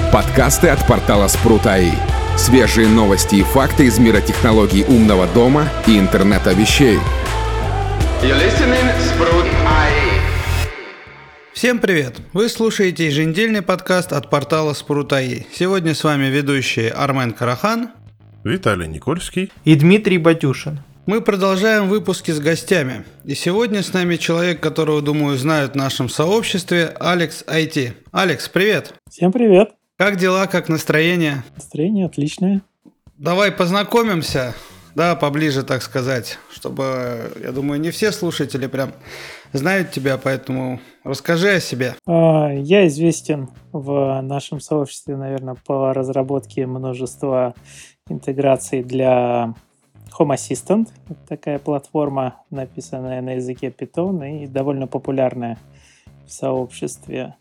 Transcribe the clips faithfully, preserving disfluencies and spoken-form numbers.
Подкасты от портала Спрут.эй. Свежие новости и факты из мира технологий умного дома и интернета вещей. Всем привет! Вы слушаете еженедельный подкаст от портала Спрут.эй. Сегодня с вами ведущие Армен Карахан, Виталий Никольский и Дмитрий Батюшин. Мы продолжаем выпуски с гостями. И сегодня с нами человек, которого, думаю, знают в нашем сообществе, Алекс ай ти. Алекс, привет! Всем привет! Как дела, как настроение? Настроение отличное. Давай познакомимся, да, поближе, так сказать, чтобы, я думаю, не все слушатели прям знают тебя, поэтому расскажи о себе. Я известен в нашем сообществе, наверное, по разработке множества интеграций для Home Assistant. Это такая платформа, написанная на языке Python и довольно популярная в сообществе.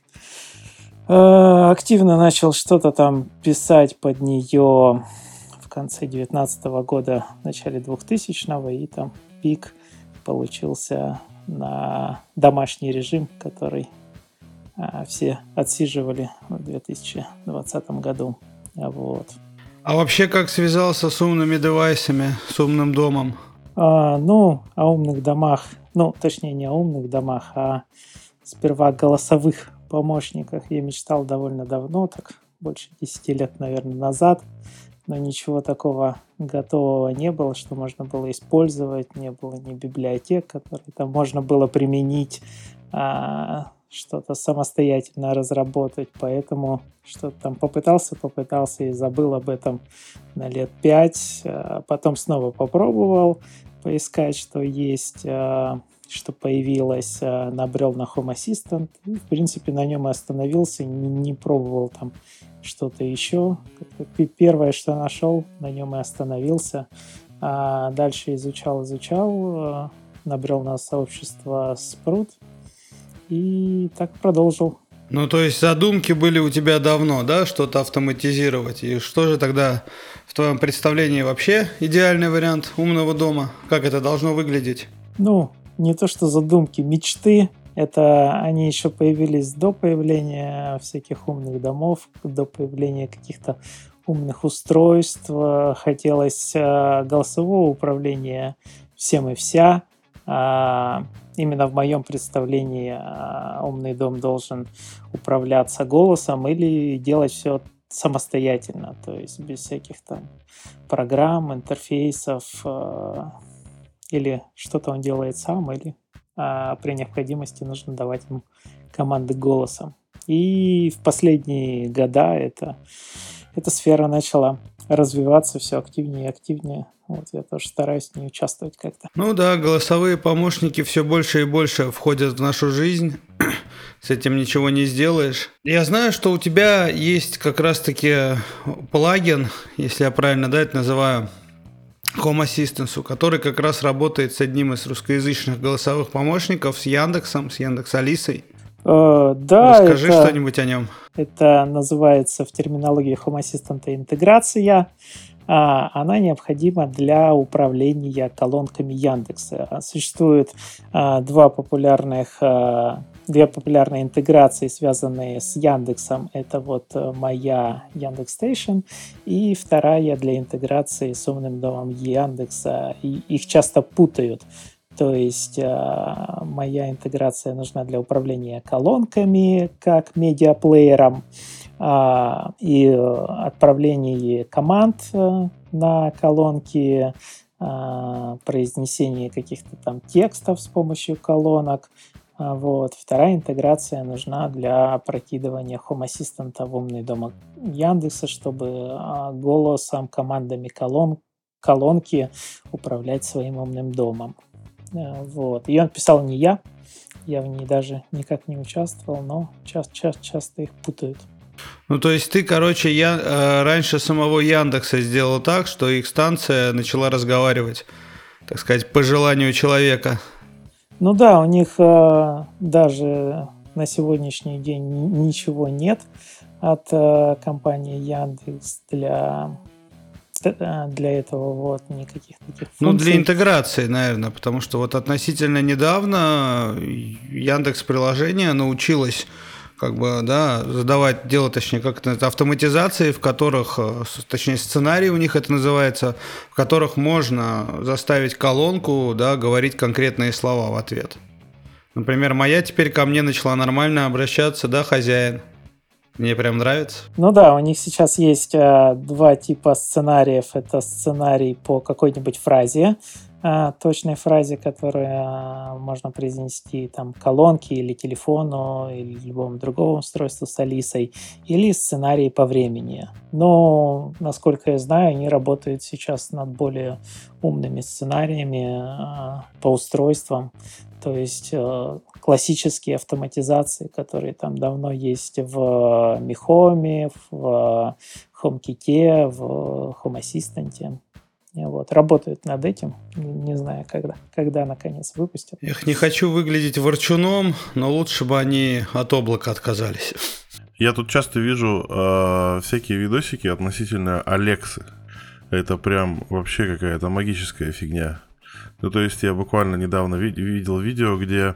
Активно начал что-то там писать под нее в конце девятнадцатого года, в начале двухтысячного, и там пик получился на домашний режим, который а, все отсиживали в две тысячи двадцатом году. Вот. А вообще как связался с умными девайсами, с умным домом? А, ну, о умных домах, ну, точнее, не о умных домах, а сперва голосовых помощниках я мечтал довольно давно, так больше десяти лет, наверное, назад, но ничего такого готового не было, что можно было использовать, не было ни библиотек, которые там можно было применить, а, что-то самостоятельно разработать, поэтому что-то там попытался, попытался и забыл об этом на лет пять, а потом снова попробовал поискать, что есть, а, что появилось, набрел на Home Assistant, и, в принципе, на нем и остановился, не, не пробовал там что-то еще. Первое, что нашел, на нем и остановился. А дальше изучал, изучал, набрел на сообщество Sprout и так продолжил. Ну, то есть задумки были у тебя давно, да, что-то автоматизировать. И что же тогда в твоем представлении вообще идеальный вариант умного дома? Как это должно выглядеть? Ну, не то что задумки, мечты. Это они еще появились до появления всяких умных домов, до появления каких-то умных устройств. Хотелось голосового управления всем и вся. Именно в моем представлении умный дом должен управляться голосом или делать все самостоятельно, то есть без всяких там программ, интерфейсов, или что-то он делает сам, или а, при необходимости нужно давать ему команды голосом. И в последние года это, эта сфера начала развиваться все активнее и активнее. Вот я тоже стараюсь в ней участвовать как-то. Ну да, голосовые помощники все больше и больше входят в нашу жизнь. С этим ничего не сделаешь. Я знаю, что у тебя есть как раз-таки плагин, если я правильно, да, это называю, Home Assistant, который как раз работает с одним из русскоязычных голосовых помощников, с Яндексом, с Яндекс.Алисой. Э, да, Расскажи это, что-нибудь о нем. Это называется в терминологии Home Assistant интеграция. А, она необходима для управления колонками Яндекса. Существует а, два популярных а, Две популярные интеграции, связанные с Яндексом. Это вот моя Яндекс.Стейшн и вторая для интеграции с умным домом Яндекса. И их часто путают. То есть моя интеграция нужна для управления колонками, как медиаплеером, и отправления команд на колонки, произнесение каких-то там текстов с помощью колонок. Вот. Вторая интеграция нужна для прокидывания Home Assistant в умный дом Яндекса, чтобы голосом, командами колон, колонки управлять своим умным домом. Вот. Ее писал не я, я в ней даже никак не участвовал, но часто, часто, часто их путают. Ну, то есть ты, короче, я, э, раньше самого Яндекса сделал так, что их станция начала разговаривать, так сказать, по желанию человека. Ну да, у них э, даже на сегодняшний день ничего нет от э, компании Яндекс для, для этого, вот, никаких таких функций. Ну, для интеграции, наверное, потому что вот относительно недавно Яндекс-приложение научилось как бы, да, задавать, делать, точнее, как это, автоматизации, в которых, точнее, сценарий у них это называется, в которых можно заставить колонку, да, говорить конкретные слова в ответ. Например, моя теперь ко мне начала нормально обращаться, да, хозяин. Мне прям нравится. Ну да, у них сейчас есть э, два типа сценариев. Это сценарий по какой-нибудь фразе, э, точной фразе, которую э, можно произнести там колонке или телефону или любому другому устройству с Алисой, или сценарий по времени. Но, насколько я знаю, они работают сейчас над более умными сценариями э, по устройствам. То есть э, классические автоматизации, которые там давно есть в Mi Home, в HomeKit, в Home Assistant. И вот, работают над этим. Не знаю, когда, когда наконец выпустят. Я не хочу выглядеть ворчуном, но лучше бы они от облака отказались. Я тут часто вижу э, всякие видосики относительно Алексы. Это прям вообще какая-то магическая фигня. Ну, то есть я буквально недавно ви- видел видео, где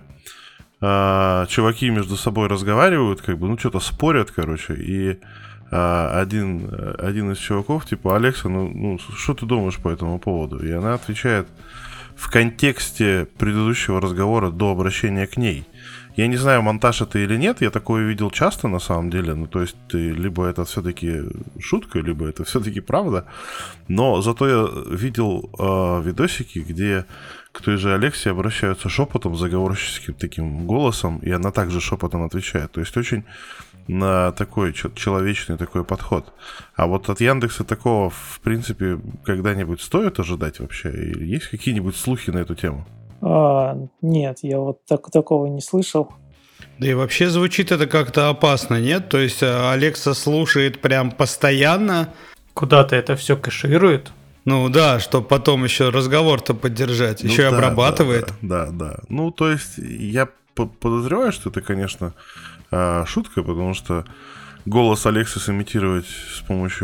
э, чуваки между собой разговаривают, как бы, ну, что-то спорят, короче, и э, один, один из чуваков, типа, Алекса, ну, ну, что ты думаешь по этому поводу? И она отвечает в контексте предыдущего разговора до обращения к ней. Я не знаю, монтаж это или нет, я такое видел часто, на самом деле, ну, то есть, либо это все-таки шутка, либо это все-таки правда, но зато я видел э, видосики, где к той же Алексе обращаются шепотом, заговорческим таким голосом, и она также шепотом отвечает, то есть, очень на такой человечный такой подход. А вот от Яндекса такого, в принципе, когда-нибудь стоит ожидать вообще? Или есть какие-нибудь слухи на эту тему? А, нет, я вот так, такого не слышал. Да и вообще звучит это как-то опасно, нет? То есть Алекса слушает прям постоянно. Куда-то это все кэширует. Ну да, чтобы потом еще разговор-то поддержать, Ну, еще да, и обрабатывает. Да, да, да. Ну, то есть, я подозреваю, что это, конечно, шутка, потому что голос Алексы сымитировать с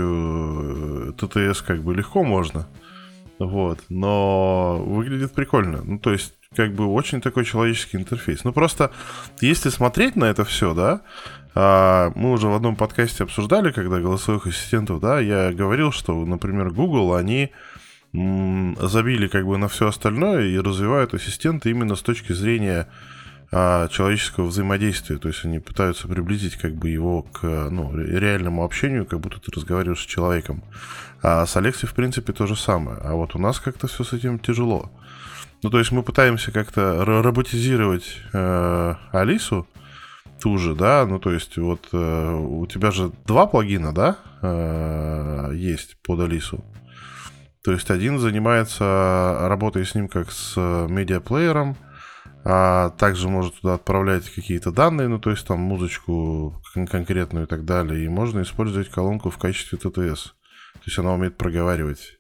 помощью ТТС как бы легко можно. Вот, но выглядит прикольно. Ну, то есть, как бы очень такой человеческий интерфейс. Ну, просто, если смотреть на это все, да, а, мы уже в одном подкасте обсуждали, когда голосовых ассистентов, да, я говорил, что, например, Google, они м, забили как бы на все остальное и развивают ассистенты именно с точки зрения а, человеческого взаимодействия. То есть, они пытаются приблизить как бы его к, ну, реальному общению, как будто ты разговариваешь с человеком. А с Алексой, в принципе, то же самое. А вот у нас как-то все с этим тяжело. Ну, то есть мы пытаемся как-то роботизировать э, Алису, ту же, да, ну, то есть вот э, у тебя же два плагина, да, э, есть под Алису. То есть один занимается работой с ним как с медиаплеером, а также может туда отправлять какие-то данные, ну, то есть там музычку кон- конкретную и так далее, и можно использовать колонку в качестве ТТС. То есть она умеет проговаривать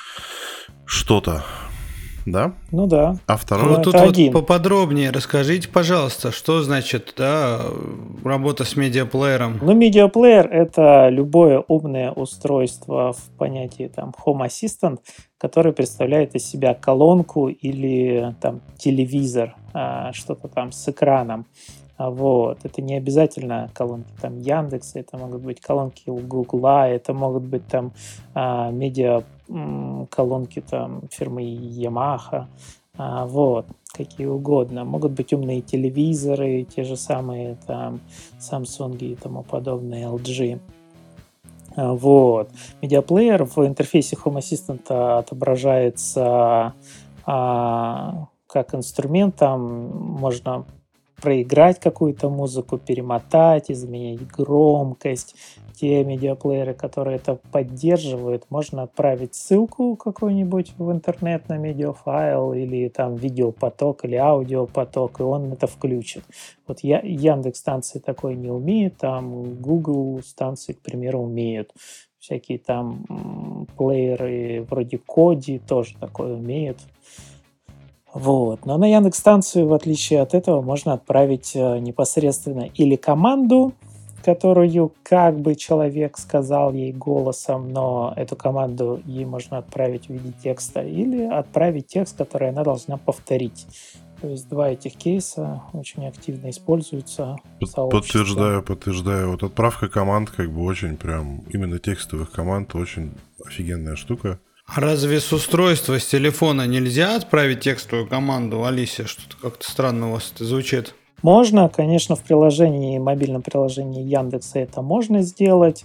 что-то, да? Ну да. А А второй... вот это тут вот один. поподробнее расскажите, пожалуйста, что значит, да, работа с медиаплеером? Ну, медиаплеер — это любое умное устройство в понятии там Home Assistant, которое представляет из себя колонку или там телевизор, а, что-то там с экраном. А Вот. Это не обязательно колонки там Яндекса, это могут быть колонки у Гугла, это могут быть там а, медиа м, колонки там фирмы Yamaha, а, вот, какие угодно. Могут быть умные телевизоры, те же самые там Samsung и тому подобное, эл джи. А, Вот. Медиаплеер в интерфейсе Home Assistant отображается а, как инструмент, там можно проиграть какую-то музыку, перемотать, изменить громкость. Те медиаплееры, которые это поддерживают, можно отправить ссылку какую-нибудь в интернет на медиафайл или там видеопоток или аудиопоток, и он это включит. Вот я, Яндекс станции такой не умеет, там Google станции, к примеру, умеют. Всякие там м, плееры вроде Коди тоже такое умеют. Вот. Но на Яндекс-станцию, в отличие от этого, можно отправить э, непосредственно или команду, которую как бы человек сказал ей голосом, но эту команду ей можно отправить в виде текста, или отправить текст, который она должна повторить. То есть два этих кейса очень активно используются в сообществе. Подтверждаю, подтверждаю. Вот отправка команд, как бы очень прям, именно текстовых команд, очень офигенная штука. А разве с устройства, с телефона нельзя отправить текстовую команду, Алисе? Что-то как-то странно у вас это звучит. Можно, конечно, в приложении, мобильном приложении Яндекса это можно сделать,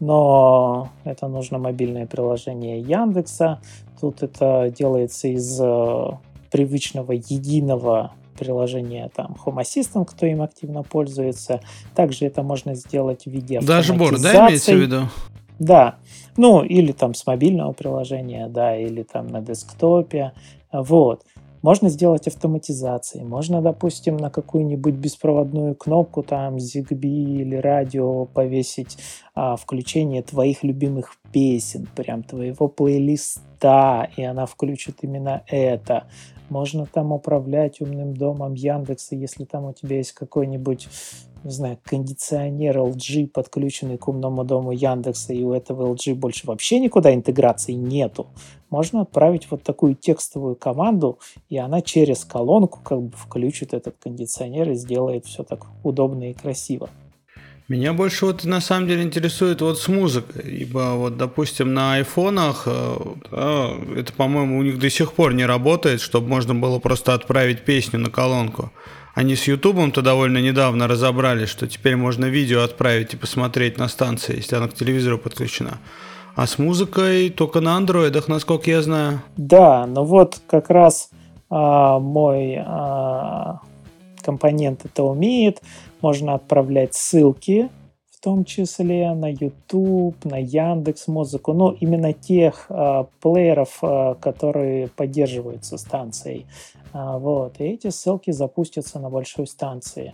но это нужно мобильное приложение Яндекса. Тут это делается из привычного единого приложения там Home Assistant, кто им активно пользуется. Также это можно сделать в виде автоматизации. Дашборд, да, имеется в виду? Да, ну или там с мобильного приложения, да, или там на десктопе, вот. Можно сделать автоматизации, можно, допустим, на какую-нибудь беспроводную кнопку, там, Zigbee или радио повесить а, включение твоих любимых песен, прям твоего плейлиста, и она включит именно это. Можно там управлять умным домом Яндекса, если там у тебя есть какой-нибудь, не знаю, кондиционер эл джи, подключенный к умному дому Яндекса, и у этого эл джи больше вообще никуда интеграции нету. Можно отправить вот такую текстовую команду, и она через колонку как бы включит этот кондиционер и сделает все так удобно и красиво. Меня больше вот на самом деле интересует вот с музыкой, ибо вот, допустим, на айфонах да, это, по-моему, у них до сих пор не работает, чтобы можно было просто отправить песню на колонку. Они с Ютубом-то довольно недавно разобрались, что теперь можно видео отправить и посмотреть на станции, если она к телевизору подключена. А с музыкой только на андроидах, насколько я знаю. Да, но вот как раз а, мой а, компонент это умеет. Можно отправлять ссылки, в том числе на YouTube, на Яндекс.Музыку, но именно тех а, плееров, а, которые поддерживаются станцией. А, вот. И эти ссылки запустятся на большой станции.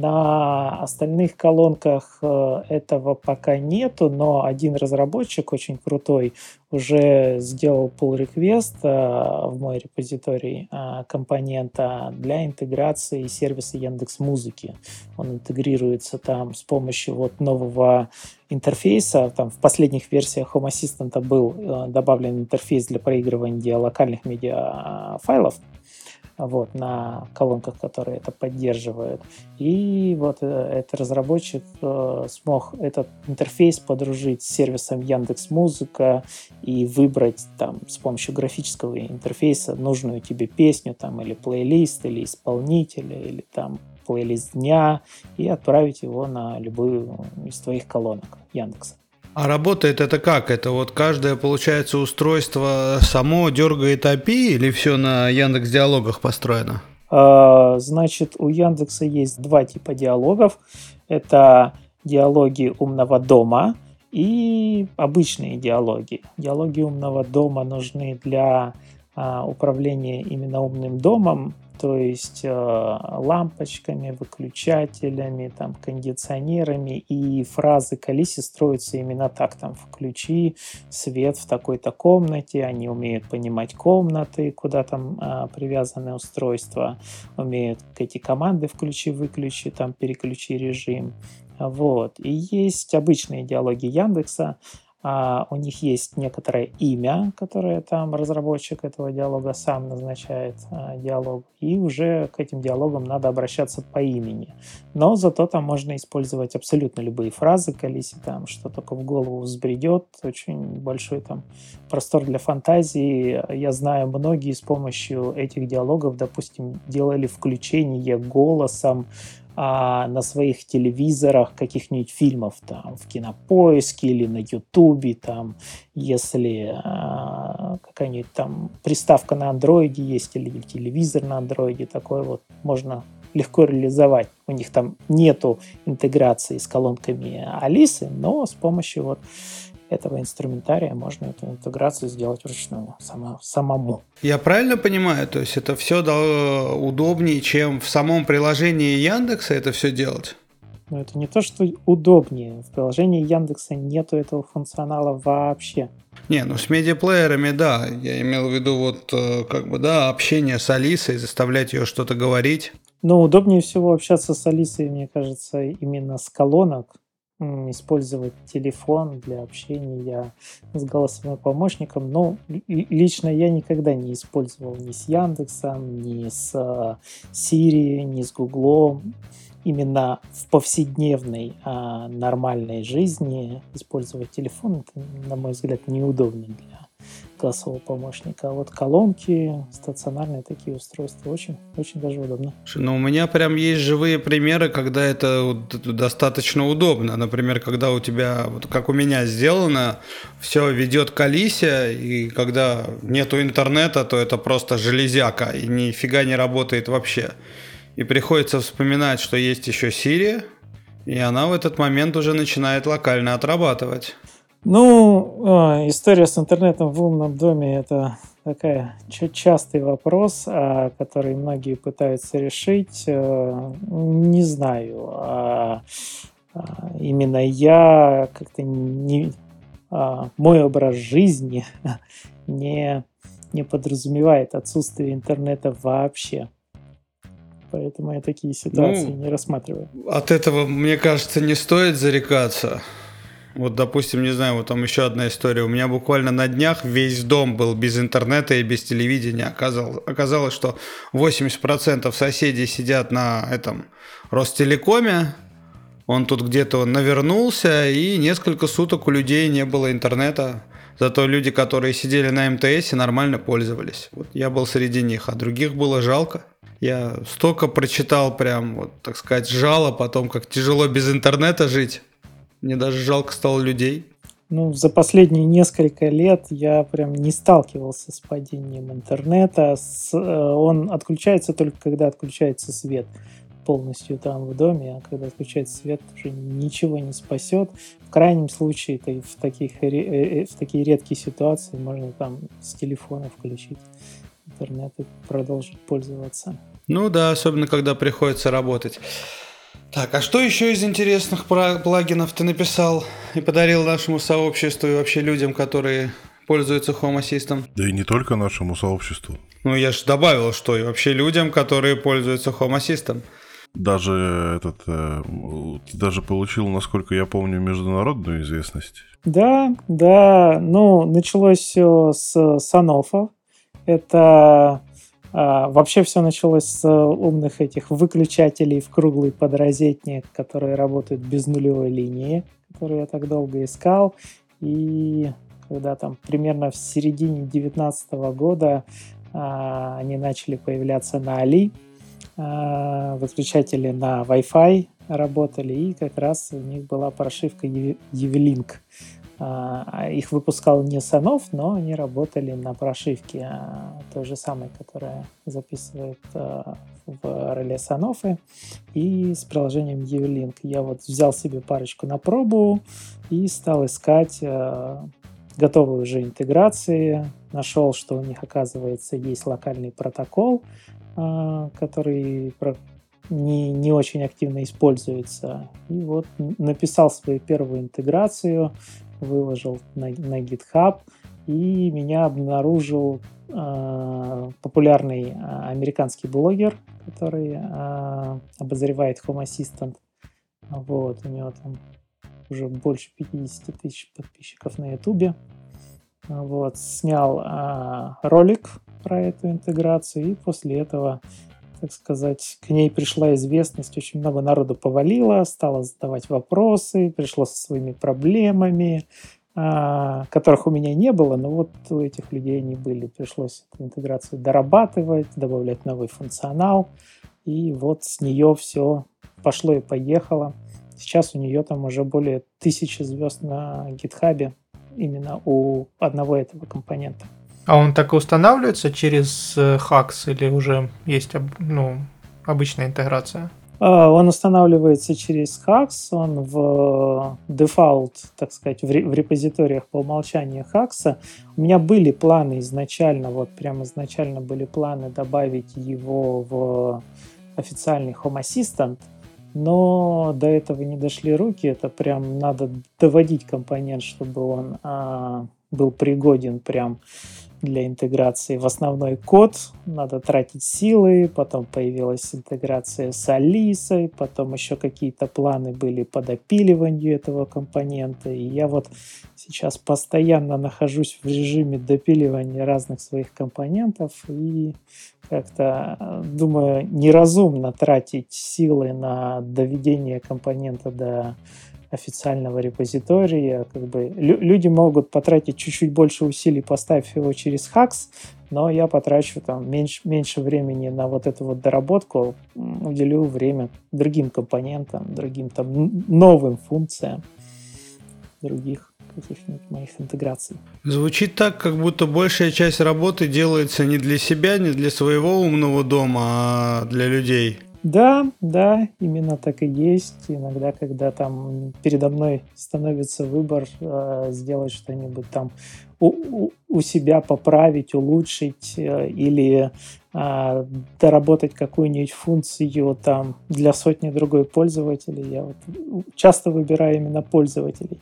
На остальных колонках а, этого пока нету, но один разработчик очень крутой уже сделал pull request а, в мой репозиторий а, компонента для интеграции сервиса Яндекс.Музыки. Он интегрируется там с помощью вот нового интерфейса. Там в последних версиях Home Assistant был э, добавлен интерфейс для проигрывания локальных медиафайлов. Вот, на колонках, которые это поддерживают. И вот э, этот разработчик э, смог этот интерфейс подружить с сервисом Яндекс.Музыка и выбрать там с помощью графического интерфейса нужную тебе песню там, или плейлист, или исполнителя, или там плейлист дня, и отправить его на любую из твоих колонок Яндекса. А работает это как? Это вот каждое, получается, устройство само дергает эй пи ай или все на Яндекс.Диалогах построено? А, значит, у Яндекса есть два типа диалогов. Это диалоги умного дома и обычные диалоги. Диалоги умного дома нужны для а, управления именно умным домом, то есть э, лампочками, выключателями, там, кондиционерами, и фразы к Алисе строятся именно так, там, включи свет в такой-то комнате, они умеют понимать комнаты, куда там э, привязаны устройства, умеют эти команды включи-выключи, там, переключи режим, вот, и есть обычные диалоги Яндекса. Uh, у них есть некоторое имя, которое там разработчик этого диалога сам назначает uh, диалог, и уже к этим диалогам надо обращаться по имени. Но зато там можно использовать абсолютно любые фразы к Алисе, там, что только в голову взбредет, очень большой там простор для фантазии. Я знаю, многие с помощью этих диалогов, допустим, делали включение голосом а на своих телевизорах каких-нибудь фильмов там в Кинопоиске или на Ютубе, там, если а, какая-нибудь там приставка на андроиде есть или телевизор на андроиде, такое вот можно легко реализовать. У них там нету интеграции с колонками Алисы, но с помощью вот этого инструментария можно эту интеграцию сделать вручную, само, самому. Я правильно понимаю? То есть это все удобнее, чем в самом приложении Яндекса это все делать? Но это не то, что удобнее. В приложении Яндекса нету этого функционала вообще. Не, ну с медиаплеерами, да. Я имел в виду вот как бы, да, общение с Алисой, заставлять ее что-то говорить. Но удобнее всего общаться с Алисой, мне кажется, именно с колонок. м, использовать телефон для общения с голосовым помощником. Но ли- лично я никогда не использовал ни с Яндексом, ни с э, Siri, ни с Гуглом. Именно в повседневной а, нормальной жизни использовать телефон, это, на мой взгляд, неудобно для голосового помощника. А вот колонки, стационарные такие устройства очень, очень даже удобно. Слушай, ну, у меня прям есть живые примеры, когда это вот достаточно удобно. Например, когда у тебя, вот как у меня сделано, все ведет к Алисе, и когда нету интернета, то это просто железяка, и нифига не работает вообще. И приходится вспоминать, что есть еще Siri, и она в этот момент уже начинает локально отрабатывать. Ну, а, история с интернетом в умном доме – это такая ча- частый вопрос, а, который многие пытаются решить. Э, Не знаю, а, а, именно я как-то не, а, мой образ жизни не, не подразумевает отсутствие интернета вообще. Поэтому я такие ситуации Ну, не рассматриваю. от этого, мне кажется, не стоит зарекаться. Вот, допустим, не знаю, вот там еще одна история. У меня буквально на днях весь дом был без интернета и без телевидения. Оказалось, оказалось что восемьдесят процентов соседей сидят на этом Ростелекоме. Он тут где-то навернулся, и несколько суток у людей не было интернета. Зато люди, которые сидели на МТСе, нормально пользовались. Вот я был среди них, а других было жалко. Я столько прочитал прям, вот, так сказать, жалоб о том, как тяжело без интернета жить. Мне даже жалко стало людей. Ну, за последние несколько лет я прям не сталкивался с падением интернета. С, э, он отключается только когда отключается свет полностью там в доме, а когда отключается свет, уже ничего не спасет. В крайнем случае, это и в, таких, ре- э, в такие редкие ситуации можно там с телефона включить интернет и продолжить пользоваться. Ну да, особенно когда приходится работать. Так, а что еще из интересных пра- плагинов ты написал и подарил нашему сообществу и вообще людям, которые пользуются Home Assistant? Да и не только нашему сообществу. Ну, я же добавил, что и вообще людям, которые пользуются Home Assistant. Даже этот, э, ты даже получил, насколько я помню, международную известность. Да, да, ну, началось все с санофа. Это а, вообще все началось с умных этих выключателей в круглый подрозетник, которые работают без нулевой линии, которые я так долго искал. И когда там примерно в середине две тысячи девятнадцатого года а, они начали появляться на Али, а, выключатели на Wi-Fi работали, и как раз у них была прошивка Evelink. А, Их выпускал не Sanof, но они работали на прошивке а, той же самой, которая записывает а, в реле Sanofi, и с приложением Evelink. Я вот взял себе парочку на пробу и стал искать а, готовые уже интеграции. Нашел, что у них, оказывается, есть локальный протокол, а, который про- не, не очень активно используется. И вот н- написал свою первую интеграцию, выложил на, на GitHub, и меня обнаружил э, популярный э, американский блогер, который э, обозревает Home Assistant. Вот, у него там уже больше пятьдесят тысяч подписчиков на Ютубе. Вот, снял э, ролик про эту интеграцию, и после этого, так сказать, к ней пришла известность, очень много народу повалило, стало задавать вопросы, пришло со своими проблемами, а, которых у меня не было, но вот у этих людей они были. Пришлось эту интеграцию дорабатывать, добавлять новый функционал, и вот с нее все пошло и поехало. Сейчас у нее там уже более тысячи звезд на гитхабе именно у одного этого компонента. А он так и устанавливается через э, Hacks или уже есть об- ну, обычная интеграция? А, Он устанавливается через Hacks, он в дефолт, так сказать, в, ре- в репозиториях по умолчанию Hacks. У меня были планы изначально, вот прям изначально были планы добавить его в официальный Home Assistant, но до этого не дошли руки, это прям надо доводить компонент, чтобы он а, был пригоден прям для интеграции в основной код, надо тратить силы, потом появилась интеграция с Алисой, потом еще какие-то планы были по допиливанию этого компонента, и я вот сейчас постоянно нахожусь в режиме допиливания разных своих компонентов, и как-то думаю, неразумно тратить силы на доведение компонента до официального репозитория. Как бы лю- люди могут потратить чуть-чуть больше усилий, поставив его через Hacks, но я потрачу там меньше, меньше времени на вот эту вот доработку, уделю время другим компонентам, другим там новым функциям других каких-нибудь моих интеграций. Звучит так, как будто большая часть работы делается не для себя, не для своего умного дома, а для людей. Да, да, именно так и есть. Иногда, когда там передо мной становится выбор э, сделать что-нибудь там у, у, у себя поправить, улучшить э, или э, доработать какую-нибудь функцию там для сотни другой пользователей, я вот часто выбираю именно пользователей.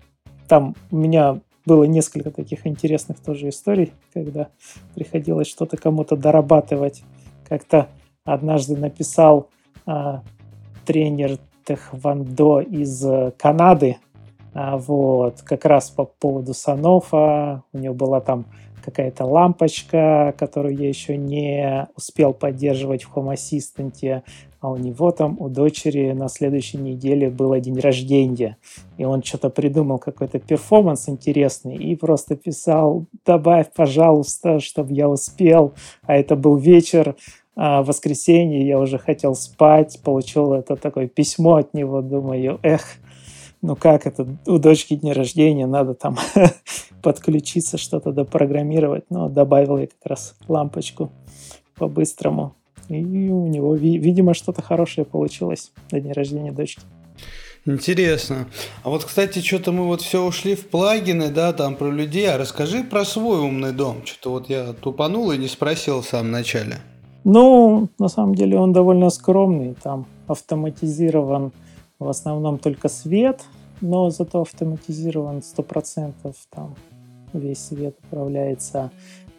Там у меня было несколько таких интересных тоже историй, когда приходилось что-то кому-то дорабатывать. Как-то однажды написал а, тренер тэквондо из Канады, а, вот, как раз по поводу Санофа. У него была там какая-то лампочка, которую я еще не успел поддерживать в Home Assistant, а у него там, у дочери на следующей неделе было день рождения, и он что-то придумал, какой-то перформанс интересный, и просто писал: добавь, пожалуйста, чтобы я успел, а это был вечер, в воскресенье, я уже хотел спать, получил это такое письмо от него, думаю, эх, ну как это, у дочки день рождения, надо там подключиться, что-то допрограммировать, но добавил я как раз лампочку по-быстрому, и у него, видимо, что-то хорошее получилось на день рождения дочки. Интересно. А вот, кстати, что-то мы вот все ушли в плагины, да, там про людей, а расскажи про свой умный дом, что-то вот я тупанул и не спросил в самом начале. Ну, на самом деле он довольно скромный, там автоматизирован в основном только свет, но зато автоматизирован сто процентов, там весь свет управляется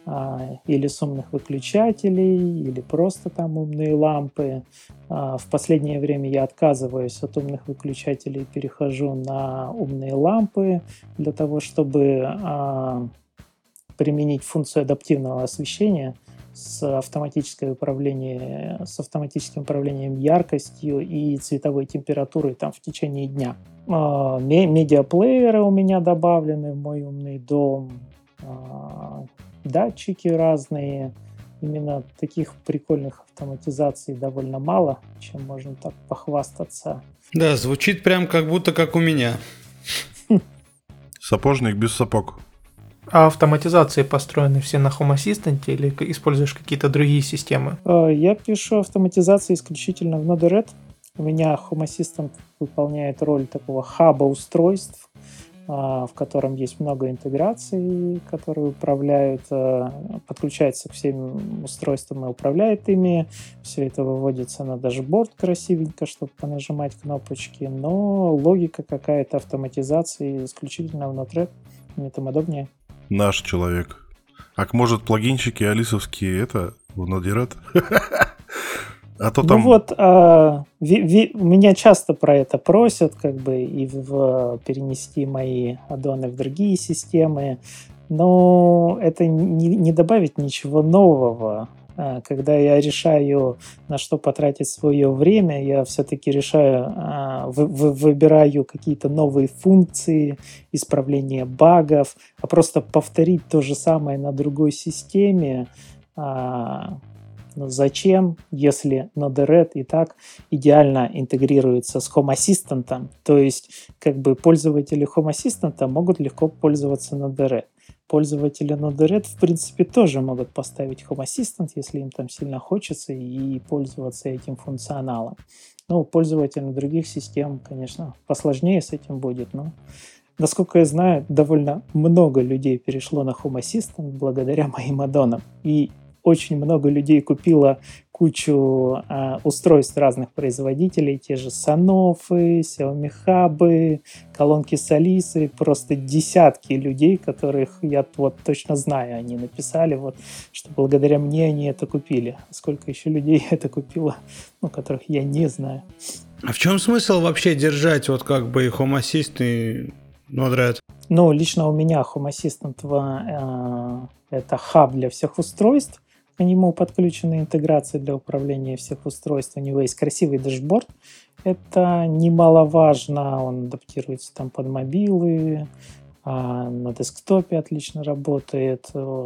а, или с умных выключателей, или просто там умные лампы. А, в последнее время я отказываюсь от умных выключателей, перехожу на умные лампы для того, чтобы а, применить функцию адаптивного освещения с автоматическим управлением, с автоматическим управлением яркостью и цветовой температурой там в течение дня. Медиаплееры у меня добавлены в мой умный дом, датчики разные. Именно таких прикольных автоматизаций довольно мало, чем можно так похвастаться. Да, звучит прям как будто как у меня. Сапожник без сапог. А автоматизации построены все на Home Assistant или используешь какие-то другие системы? Я пишу автоматизации исключительно в Node-RED. У меня Home Assistant выполняет роль такого хаба устройств, в котором есть много интеграций, которые управляют, подключаются к всем устройствам и управляют ими. Все это выводится на дашборд красивенько, чтобы понажимать кнопочки, но логика какая-то автоматизации исключительно в Node-RED. Мне там удобнее. Наш человек. А может, плагинчики алисовские это в Node-RED? А то там... Ну вот, а, ви, ви, меня часто про это просят, как бы, и в, перенести мои аддоны в другие системы, но это не, не добавит ничего нового. Когда я решаю, на что потратить свое время, я все-таки решаю, вы, вы, выбираю какие-то новые функции, исправление багов, а просто повторить то же самое на другой системе. Ну, зачем, если Node-RED и так идеально интегрируется с Home Assistant, то есть как бы пользователи Home Assistant могут легко пользоваться Node-RED. Пользователи Node-RED, в принципе, тоже могут поставить Home Assistant, если им там сильно хочется, и пользоваться этим функционалом. Ну, пользователям других систем, конечно, посложнее с этим будет, но, насколько я знаю, довольно много людей перешло на Home Assistant благодаря моим аддонам. И очень много людей купило кучу а, устройств разных производителей, те же Sanofi, Xiaomi Hub, колонки с Алисой, просто десятки людей, которых я вот точно знаю, они написали, вот, что благодаря мне они это купили. Сколько еще людей это купило, ну, которых я не знаю. А в чем смысл вообще держать вот как бы и Home Assist, и Node-RED? Ну, лично у меня Home Assistant э, это хаб для всех устройств. К нему подключены интеграции для управления всех устройств. У него есть красивый дашборд. Это немаловажно. Он адаптируется там под мобилы. А на десктопе отлично работает.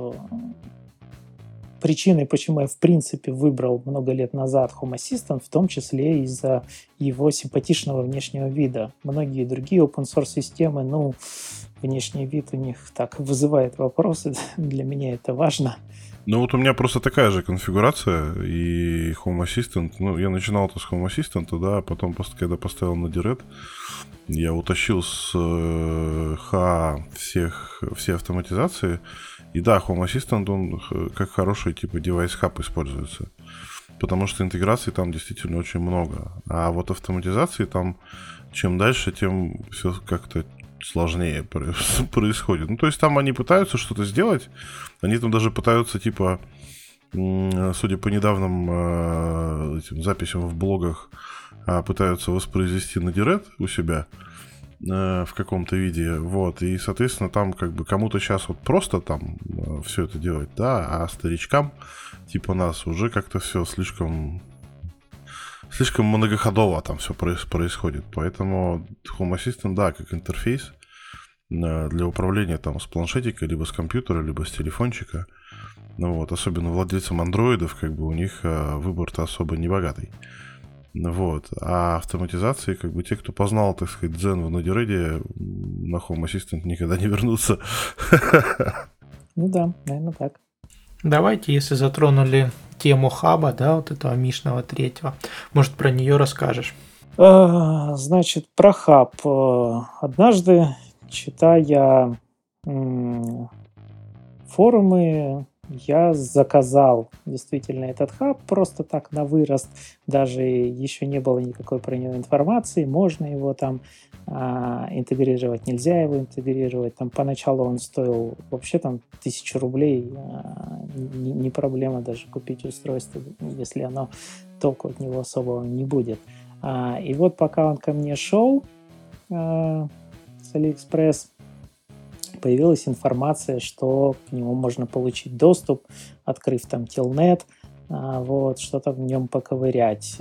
Причиной, почему я в принципе выбрал много лет назад Home Assistant, в том числе из-за его симпатичного внешнего вида. Многие другие open-source системы, ну, внешний вид у них так вызывает вопросы. Для меня это важно. Ну вот у меня просто такая же конфигурация, и Home Assistant, ну, я начинал-то с Home Assistant, да, а потом, когда поставил на Direct, я утащил с э, ха всех, все автоматизации, и да, Home Assistant, он как хороший типа девайс-хаб используется, потому что интеграций там действительно очень много, а вот автоматизации там, чем дальше, тем все как-то сложнее происходит. Ну, то есть там они пытаются что-то сделать, они там даже пытаются, типа, судя по недавним э, этим записям в блогах, э, пытаются воспроизвести Node-RED у себя э, в каком-то виде, вот, и, соответственно, там как бы кому-то сейчас вот просто там э, все это делать, да, а старичкам, типа нас, уже как-то все слишком... Слишком многоходово там все происходит. Поэтому Home Assistant, да, как интерфейс для управления там с планшетика, либо с компьютера, либо с телефончика. Ну вот, особенно владельцам андроидов, как бы у них выбор-то особо не богатый. Вот. А автоматизации, как бы те, кто познал, так сказать, дзен в Node-RED, на Home Assistant никогда не вернутся. Ну да, наверное, так. Давайте, если затронули тему хаба, да, вот этого Мишного третьего, может, про нее расскажешь? Значит, про хаб. Однажды, читая форумы, я заказал действительно этот хаб просто так на вырост. Даже еще не было никакой про него информации. Можно его там а, интегрировать, нельзя его интегрировать. Там поначалу он стоил вообще там тысячу рублей. А, не, не проблема даже купить устройство, если оно толку от него особого не будет. А, и вот пока он ко мне шел а, с AliExpress, появилась информация, что к нему можно получить доступ, открыв там Телнет, вот, что-то в нем поковырять.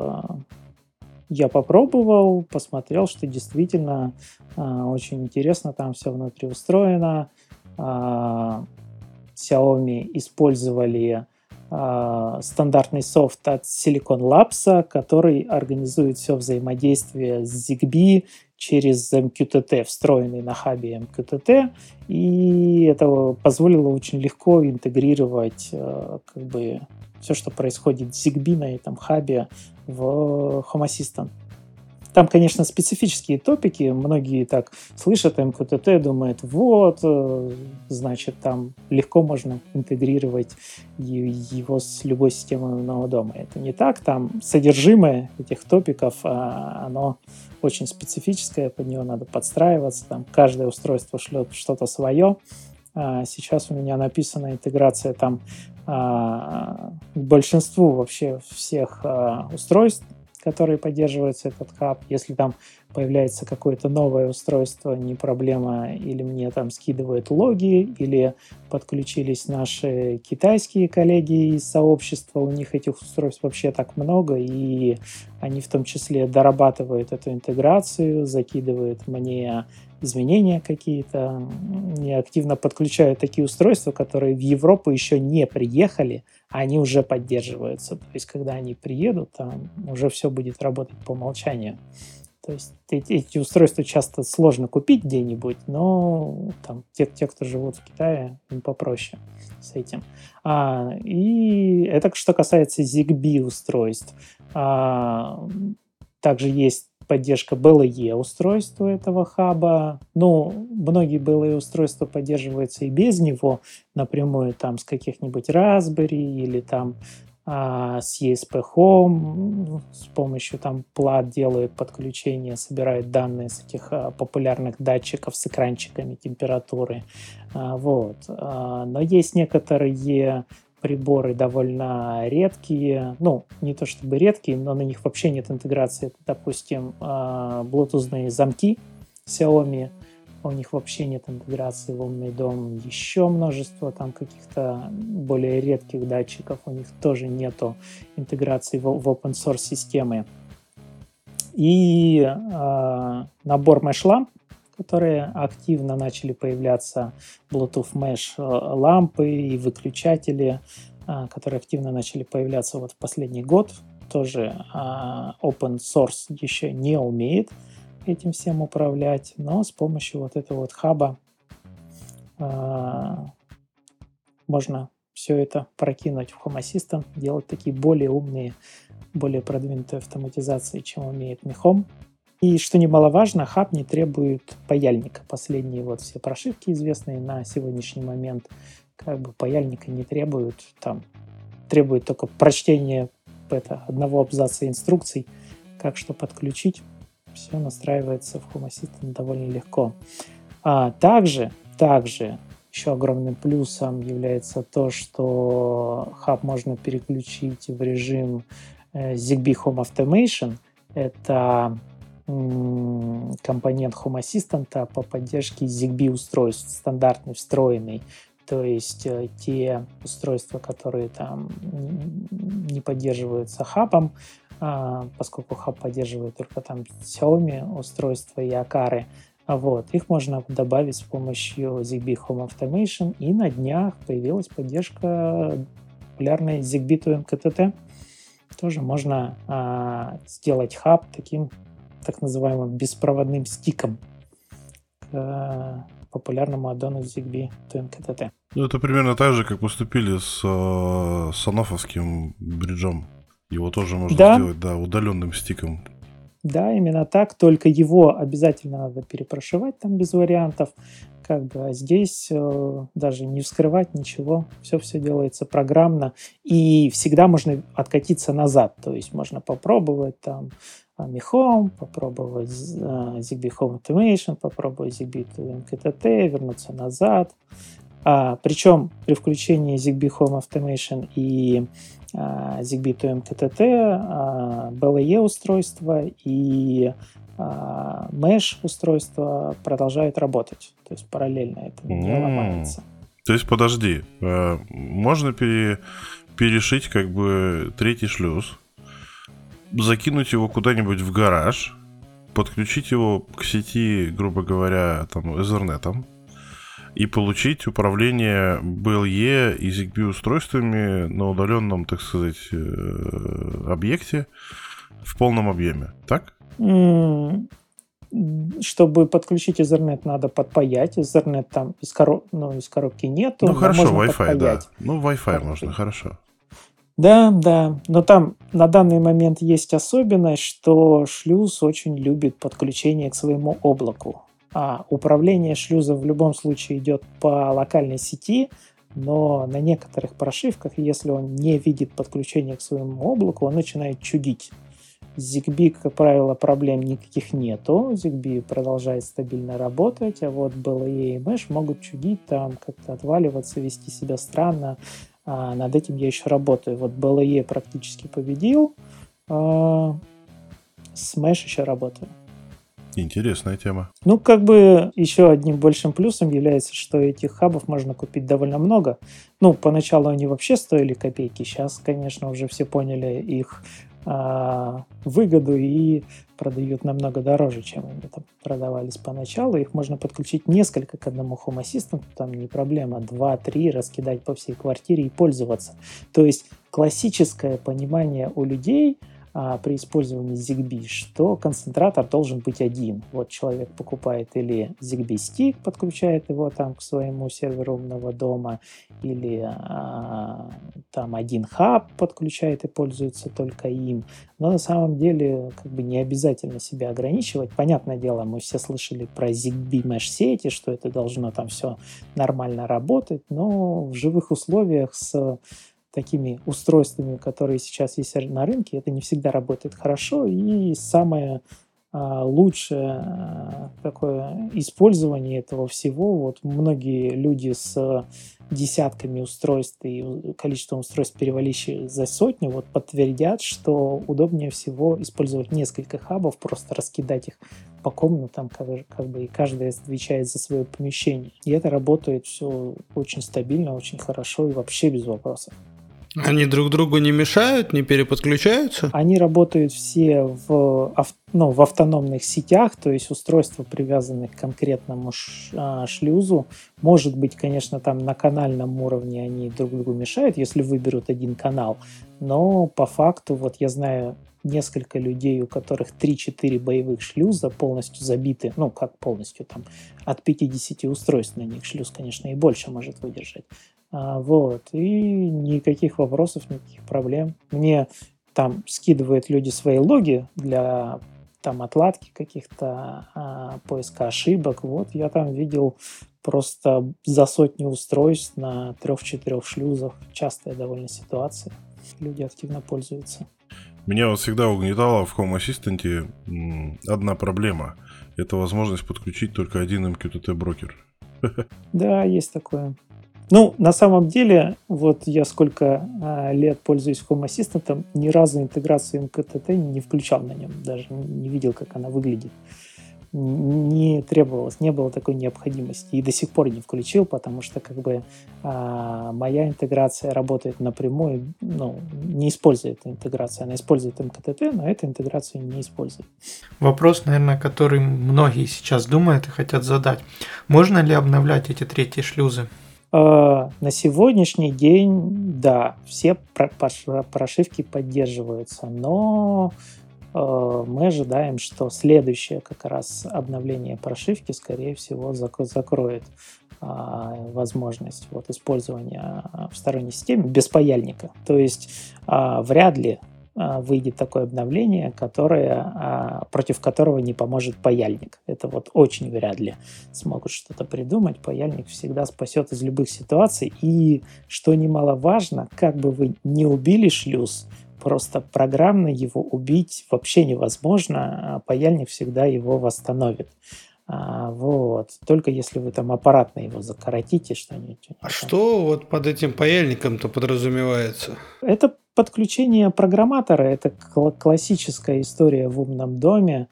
Я попробовал, посмотрел, что действительно очень интересно там все внутри устроено. Xiaomi использовали стандартный софт от Silicon Labs, который организует все взаимодействие с Zigbee через эм кью ти ти, встроенный на хабе эм кью ти ти, и это позволило очень легко интегрировать как бы все, что происходит с Zigbee на этом хабе в Home Assistant. Там, конечно, специфические топики, многие так слышат эм кью ти ти, думают, вот, значит, там легко можно интегрировать его с любой системой умного дома. Это не так, там содержимое этих топиков, оно очень специфическое, под него надо подстраиваться, там каждое устройство шлет что-то свое. Сейчас у меня написана интеграция там к большинству вообще всех устройств, которые поддерживаются этот хаб. Если там появляется какое-то новое устройство, не проблема, или мне там скидывают логи, или подключились наши китайские коллеги из сообщества, у них этих устройств вообще так много, и они в том числе дорабатывают эту интеграцию, закидывают мне изменения какие-то, и активно подключают такие устройства, которые в Европу еще не приехали, а они уже поддерживаются. То есть, когда они приедут, там уже все будет работать по умолчанию. То есть эти, эти устройства часто сложно купить где-нибудь, но там, те, те, кто живут в Китае, им попроще с этим. А, и это что касается Zigbee устройств. А, также есть поддержка би эл и устройства этого хаба. Ну, многие би эл и устройства поддерживаются и без него, напрямую там с каких-нибудь Raspberry или там а, с и эс пи Home, с помощью там плат делают подключение, собирают данные с этих а, популярных датчиков с экранчиками температуры. А, вот. А, но есть некоторые приборы довольно редкие, ну, не то чтобы редкие, но на них вообще нет интеграции. Это, допустим, блутузные замки Xiaomi, у них вообще нет интеграции в умный дом. Еще множество там каких-то более редких датчиков, у них тоже нету интеграции в, в open source системы. И э, набор mesh-ламп, которые активно начали появляться, Bluetooth Mesh лампы и выключатели, которые активно начали появляться вот в последний год. Тоже open source еще не умеет этим всем управлять, но с помощью вот этого вот хаба можно все это прокинуть в Home Assistant, делать такие более умные, более продвинутые автоматизации, чем умеет Mi Home. И, что немаловажно, хаб не требует паяльника. Последние вот все прошивки, известные на сегодняшний момент, как бы паяльника не требуют. Там требует только прочтения это, одного абзаца инструкций, как что подключить. Все настраивается в Home Assistant довольно легко. А также, также еще огромным плюсом является то, что хаб можно переключить в режим Zigbee Home Automation. Это компонент Home Assistant по поддержке Zigbee устройств, стандартный, встроенный. То есть те устройства, которые там не поддерживаются хабом, поскольку хаб поддерживает только там Xiaomi устройства и Акары, вот, их можно добавить с помощью Zigbee Home Automation, и на днях появилась поддержка популярной Zigbee ту эм кей ти ти. Тоже можно а, сделать хаб таким так называемым беспроводным стиком к а, популярному аддону Zigbee ту эм кей ти ти. Ну, это примерно так же, как поступили с э, сонофовским бриджом. Его тоже можно да. сделать, да, удаленным стиком. Да, именно так, только его обязательно надо перепрошивать там без вариантов. Как бы, а здесь э, даже не вскрывать ничего, все-все делается программно. И всегда можно откатиться назад, то есть можно попробовать там Mi Home, попробовать э, Zigbee Home Automation, попробовать Zigbee ту эм кей ти ти, вернуться назад. А, причем при включении Zigbee Home Automation и а, Zigbee ту эм кей ти ти а, би эл и устройства и а, Mesh устройства продолжают работать. То есть параллельно это не mm. ломается. То есть подожди, можно пере, перешить как бы третий шлюз, закинуть его куда-нибудь в гараж, подключить его к сети, грубо говоря, там, Ethernet, и получить управление би эл и и Zigbee устройствами на удаленном, так сказать, объекте в полном объеме, так? Mm. Чтобы подключить Ethernet, надо подпаять. Ethernet там из, короб... ну, из коробки нету. Ну хорошо, Wi-Fi, да. Ну Wi-Fi можно, хорошо. Да, да. Но там на данный момент есть особенность, что шлюз очень любит подключение к своему облаку. А управление шлюзом в любом случае идет по локальной сети, но на некоторых прошивках, если он не видит подключения к своему облаку, он начинает чудить. С Zigbee, как правило, проблем никаких нету. Zigbee продолжает стабильно работать, а вот би эл и и Mesh могут чудить, там как-то отваливаться, вести себя странно. А над этим я еще работаю. Вот би эл и практически победил, а с Mesh еще работаю. Интересная тема. Ну, как бы еще одним большим плюсом является, что этих хабов можно купить довольно много. Ну, поначалу они вообще стоили копейки. Сейчас, конечно, уже все поняли их а, выгоду и продают намного дороже, чем они там продавались поначалу. Их можно подключить несколько к одному Home Assistant, там не проблема, два-три раскидать по всей квартире и пользоваться. То есть классическое понимание у людей а, при использовании Zigbee, что концентратор должен быть один. Вот человек покупает или Zigbee Stick, подключает его там к своему серверу умного дома, или а, там один хаб подключает и пользуется только им. Но на самом деле как бы не обязательно себя ограничивать. Понятное дело, мы все слышали про Zigbee Mesh сети, что это должно там все нормально работать, но в живых условиях с такими устройствами, которые сейчас есть на рынке, это не всегда работает хорошо. И самое а, лучшее а, такое использование этого всего, вот многие люди с десятками устройств и количеством устройств, переваливающих за сотню, вот подтвердят, что удобнее всего использовать несколько хабов, просто раскидать их по комнатам, как, как бы, и каждый отвечает за свое помещение. И это работает все очень стабильно, очень хорошо и вообще без вопросов. Они друг другу не мешают, не переподключаются? Они работают все в, ну, в автономных сетях, то есть устройства, привязанные к конкретному шлюзу. Может быть, конечно, там на канальном уровне они друг другу мешают, если выберут один канал, но по факту, вот я знаю несколько людей, у которых три-четыре боевых шлюза полностью забиты, ну, как полностью, там, от пятидесяти устройств на них шлюз, конечно, и больше может выдержать. А, вот, и никаких вопросов, никаких проблем. Мне там скидывают люди свои логи для там отладки каких-то, а, поиска ошибок. Вот, я там видел просто за сотню устройств на трех-четырех шлюзах. Частая довольно ситуация. Люди активно пользуются. Меня вот всегда угнетала в Home Assistant одна проблема. Это возможность подключить только один эм кью ти ти-брокер. Да, есть такое. Ну, на самом деле, вот я сколько а, лет пользуюсь Home Assistant, ни разу интеграцию эм кью ти ти не включал на нем, даже не видел, как она выглядит. Не требовалось, не было такой необходимости. И до сих пор не включил, потому что как бы а, моя интеграция работает напрямую, ну, не использует интеграцию. Она использует эм кью ти ти, но эту интеграцию не использует. Вопрос, наверное, который многие сейчас думают и хотят задать. Можно ли обновлять эти третьи шлюзы? На сегодняшний день, да, все прошивки поддерживаются, но мы ожидаем, что следующее как раз обновление прошивки, скорее всего, закроет возможность вот использования в сторонней системе без паяльника. То есть вряд ли выйдет такое обновление, которое, против которого не поможет паяльник. Это вот очень вряд ли смогут что-то придумать. Паяльник всегда спасет из любых ситуаций. И, что немаловажно, как бы вы не убили шлюз, просто программно его убить вообще невозможно. Паяльник всегда его восстановит. А, вот. Только если вы там аппаратно его закоротите, что-нибудь. А что вот под этим паяльником-то подразумевается? Это подключение программатора. Это классическая история в умном доме,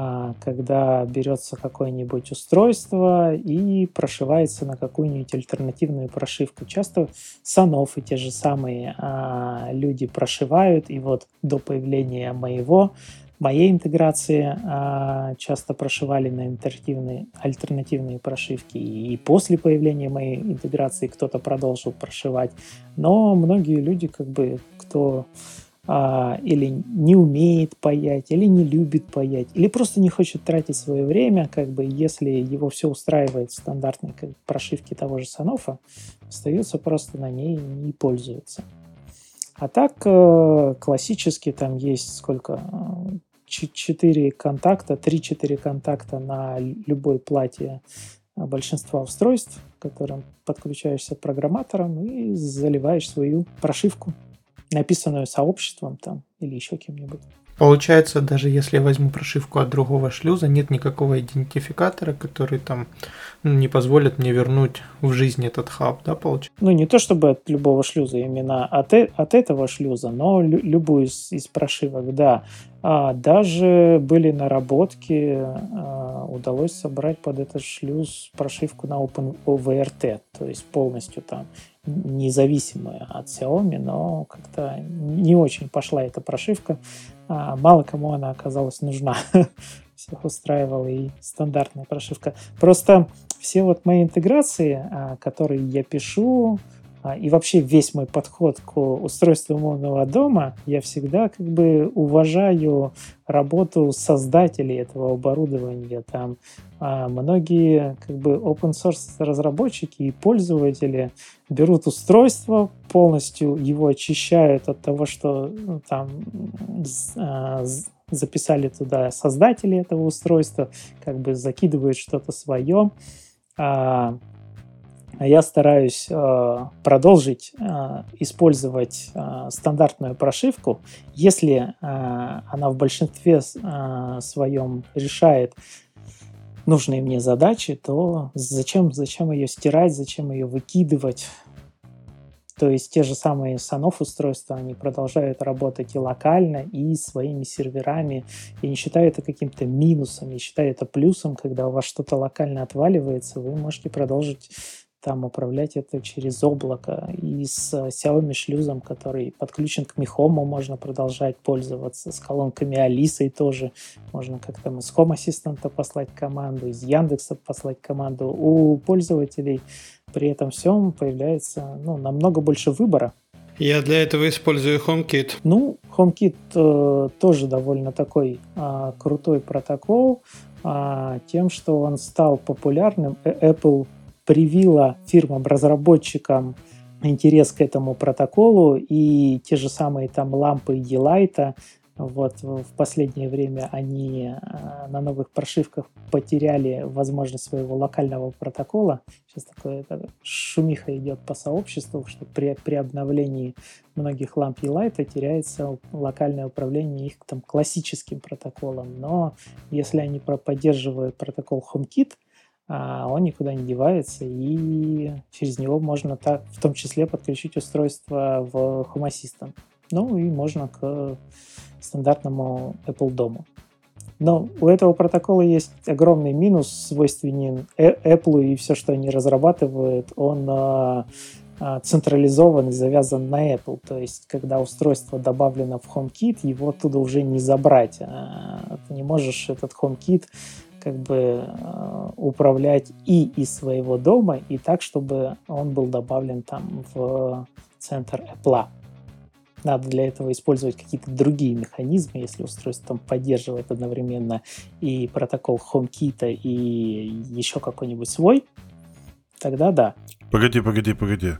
когда берется какое-нибудь устройство и прошивается на какую-нибудь альтернативную прошивку. Часто санофы те же самые люди прошивают, и вот до появления моего моей интеграции а, часто прошивали на альтернативные, альтернативные прошивки, и после появления моей интеграции кто-то продолжил прошивать. Но многие люди, как бы, кто а, или не умеет паять, или не любит паять, или просто не хочет тратить свое время, как бы, если его все устраивает в стандартной как, прошивке того же санофа, остается просто на ней и пользуется. А так, классически там есть сколько... четыре контакта, три-четыре контакта на любой плате большинства устройств, к которым подключаешься программатором и заливаешь свою прошивку, написанную сообществом там или еще кем-нибудь. Получается, даже если я возьму прошивку от другого шлюза, нет никакого идентификатора, который там ну, не позволит мне вернуть в жизнь этот хаб, да, получается? Ну, не то чтобы от любого шлюза, именно от, от этого шлюза, но лю- любую из, из прошивок, да. А даже были наработки, а, удалось собрать под этот шлюз прошивку на OpenOVRT, то есть полностью там независимая от Xiaomi, но как-то не очень пошла эта прошивка. А, мало кому она оказалась нужна. Всех устраивала и стандартная прошивка. Просто все вот мои интеграции, а, которые я пишу, И вообще весь мой подход к устройству умного дома, я всегда как бы уважаю работу создателей этого оборудования. Там а, многие как бы open source разработчики и пользователи берут устройство, полностью его очищают от того, что ну, там а, записали туда создатели этого устройства, как бы закидывают что-то свое. А, А я стараюсь э, продолжить э, использовать э, стандартную прошивку, если э, она в большинстве э, своем решает нужные мне задачи, то зачем, зачем ее стирать, зачем ее выкидывать? То есть те же самые Sonoff устройства, они продолжают работать и локально, и своими серверами. Я не считаю это каким-то минусом, я считаю это плюсом, когда у вас что-то локально отваливается, вы можете продолжить там управлять это через облако. И с Xiaomi шлюзом, который подключен к Михому, можно продолжать пользоваться. С колонками Алисой тоже можно как-то из Home Assistant послать команду, из Яндекса послать команду. У пользователей при этом всем появляется ну, намного больше выбора. Я для этого использую HomeKit. Ну, HomeKit э, тоже довольно такой э, крутой протокол, э, тем, что он стал популярным. Apple привила фирмам-разработчикам интерес к этому протоколу, и те же самые там лампы Елайта, вот в последнее время они на новых прошивках потеряли возможность своего локального протокола. Сейчас такое шумиха идет по сообществу, что при, при обновлении многих ламп Елайта теряется локальное управление их там классическим протоколом. Но если они поддерживают протокол HomeKit, он никуда не девается, и через него можно так, в том числе подключить устройство в Home Assistant. Ну и можно к стандартному Apple дому. Но у этого протокола есть огромный минус, свойственен Apple, и все, что они разрабатывают, он централизован и завязан на Apple. То есть, когда устройство добавлено в HomeKit, его оттуда уже не забрать. Ты не можешь этот HomeKit как бы э, управлять и из своего дома, и так, чтобы он был добавлен там в центр Apple. Надо для этого использовать какие-то другие механизмы, если устройство там поддерживает одновременно и протокол HomeKit, и еще какой-нибудь свой, тогда да. Погоди, погоди, погоди.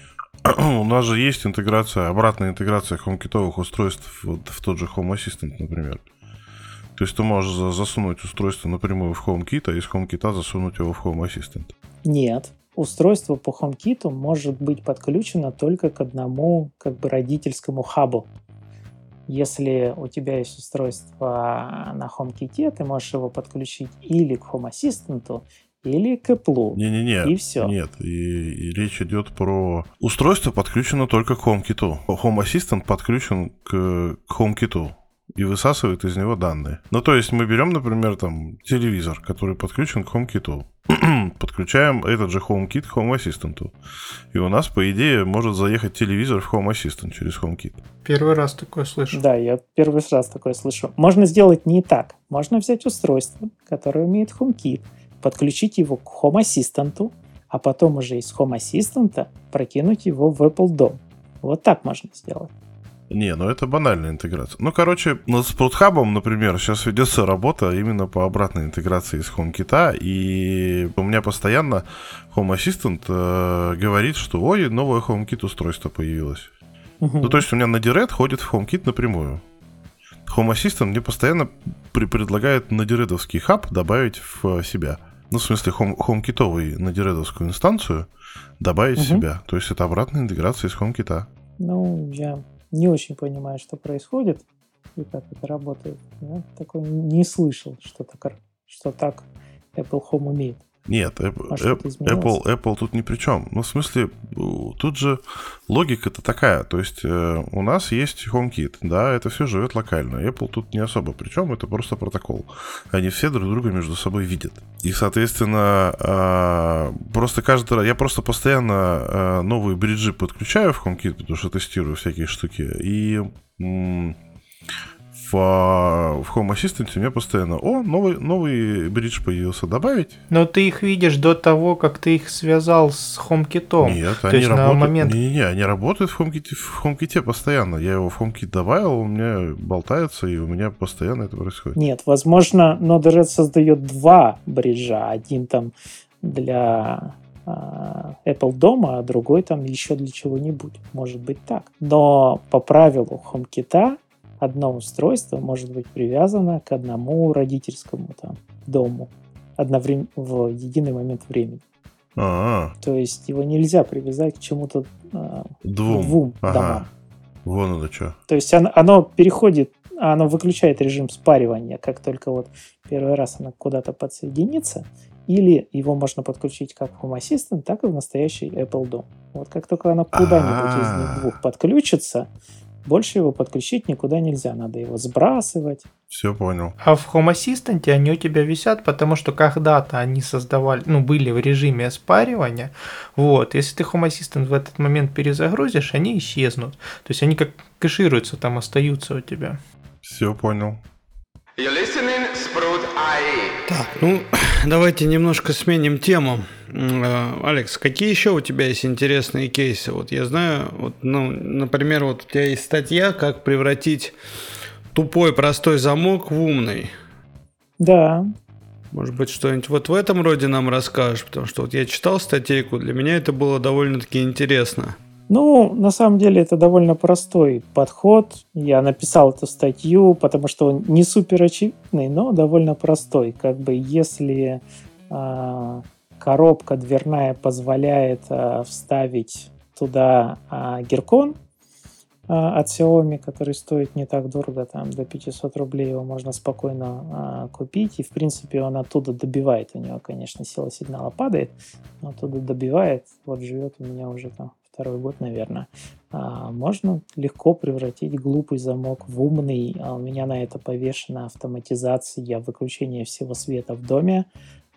У нас же есть интеграция, обратная интеграция HomeKit-овых устройств в, в тот же Home Assistant, например. То есть ты можешь засунуть устройство напрямую в HomeKit, а из HomeKit засунуть его в Home Assistant. Нет. Устройство по HomeKit может быть подключено только к одному как бы родительскому хабу. Если у тебя есть устройство на HomeKit, ты можешь его подключить или к Home Assistant, или к Apple. Не-не-не. И все. Нет, и, и речь идет про устройство, подключено только к HomeKit. Home Assistant подключен к, к HomeKit и высасывает из него данные. Ну, то есть мы берем, например, там телевизор, который подключен к HomeKit. Подключаем этот же HomeKit к Home Assistant. И у нас, по идее, может заехать телевизор в Home Assistant через HomeKit. Первый раз такое слышу. Да, я первый раз такое слышу. Можно сделать не так. Можно взять устройство, которое имеет HomeKit, подключить его к Home Assistant, а потом уже из Home Assistant прокинуть его в Apple дом. Вот так можно сделать. Не, ну это банальная интеграция. Ну, короче, над Sprout-хабом, например, сейчас ведется работа именно по обратной интеграции из HomeKit, и у меня постоянно Home Assistant э, говорит, что ой, новое HomeKit устройство появилось. Uh-huh. Ну, то есть у меня на Direct ходит в HomeKit напрямую. Home Assistant мне постоянно при- предлагает на Direct-овский хаб добавить в себя. Ну, в смысле, home- HomeKit-овый на Direct-овскую инстанцию добавить uh-huh. себя. То есть это обратная интеграция из HomeKit. Ну, я не очень понимаю, что происходит и как это работает. Я такой не слышал, что так, что так Apple Home умеет. Нет, Apple, Apple, Apple тут ни при чем. Ну, в смысле, тут же логика-то такая. То есть э, у нас есть HomeKit, да, это все живет локально. Apple тут не особо при чем, это просто протокол. Они все друг друга между собой видят. И, соответственно, э, просто каждый раз... Я просто постоянно э, новые бриджи подключаю в HomeKit, потому что тестирую всякие штуки. И... М- В в, в Home Assistant у меня постоянно: о, новый, новый бридж появился, добавить? Но ты их видишь до того, как ты их связал с HomeKit. Нет, То они есть работают, на момент... не, не, они работают в HomeKit, в HomeKit постоянно. Я его в HomeKit добавил, у меня болтается, и у меня постоянно это происходит. Нет, возможно, Node.js создает два бриджа. Один там для Apple дома, а другой там еще для чего-нибудь. Может быть так. Но по правилу HomeKit одно устройство может быть привязано к одному родительскому там дому одновременно в единый момент времени. А-а. То есть его нельзя привязать к чему-то а, Двум, двум ага. домам. Вон оно что. То есть оно, оно переходит, оно выключает режим спаривания, как только вот первый раз оно куда-то подсоединится, или его можно подключить как в Home Assistant, так и в настоящий Apple дом. Вот как только оно куда-нибудь из них двух подключится, больше его подключить никуда нельзя, надо его сбрасывать. Все понял. А в Home Assistant они у тебя висят, потому что когда-то они создавали, ну, были в режиме спаривания. Вот, если ты Home Assistant в этот момент перезагрузишь, они исчезнут. То есть они как кэшируются, там остаются у тебя. Все понял. You're listening, Sprout эй ай. Так, ну, давайте немножко сменим тему. Алекс, какие еще у тебя есть интересные кейсы? Вот я знаю, вот, ну, например, вот у тебя есть статья, как превратить тупой простой замок в умный. Да. Может быть, что-нибудь вот в этом роде нам расскажешь, потому что вот я читал статейку, для меня это было довольно-таки интересно. Ну, на самом деле, это довольно простой подход. Я написал эту статью, потому что он не супер очевидный, но довольно простой. Как бы если э, коробка дверная позволяет э, вставить туда э, гиркон э, от Xiaomi, который стоит не так дорого, там до пятьсот рублей его можно спокойно э, купить. И, в принципе, он оттуда добивает. У него, конечно, сила сигнала падает, но оттуда добивает. Вот живет у меня уже там второй год, наверное, а, можно легко превратить глупый замок в умный. А у меня на это повешена автоматизация выключения всего света в доме.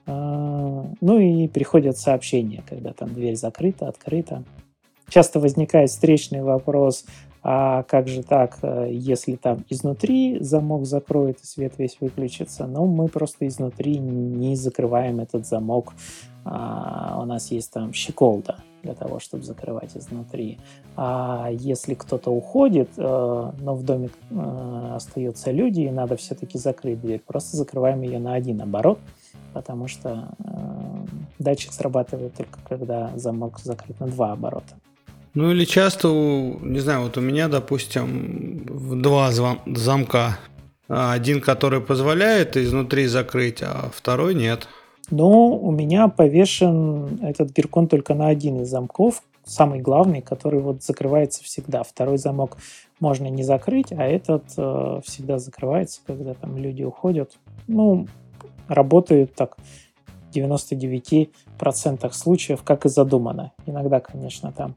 А, ну и приходят сообщения, когда там дверь закрыта, открыта. Часто возникает встречный вопрос: а как же так, если там изнутри замок закроет и свет весь выключится? Но мы просто изнутри не закрываем этот замок. А, у нас есть там щеколда для того, чтобы закрывать изнутри. А если кто-то уходит, э, но в доме э, остаются люди, и надо все-таки закрыть дверь, просто закрываем ее на один оборот, потому что э, датчик срабатывает только когда замок закрыт на два оборота. Ну или часто, не знаю, вот у меня, допустим, два замка. Один, который позволяет изнутри закрыть, а второй нет. Но у меня повешен этот гиркон только на один из замков, самый главный, который вот закрывается всегда. Второй замок можно не закрыть, а этот э, всегда закрывается, когда там люди уходят. Ну, работает так в девяноста девяти процентах случаев, как и задумано. Иногда, конечно, там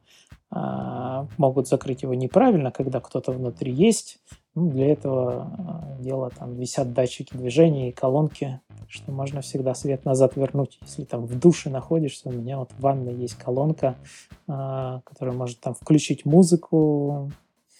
э, могут закрыть его неправильно, когда кто-то внутри есть. Ну, для этого э, дела там висят датчики движения и колонки, что можно всегда свет назад вернуть. Если там в душе находишься, у меня вот в ванной есть колонка, э, которая может там включить музыку,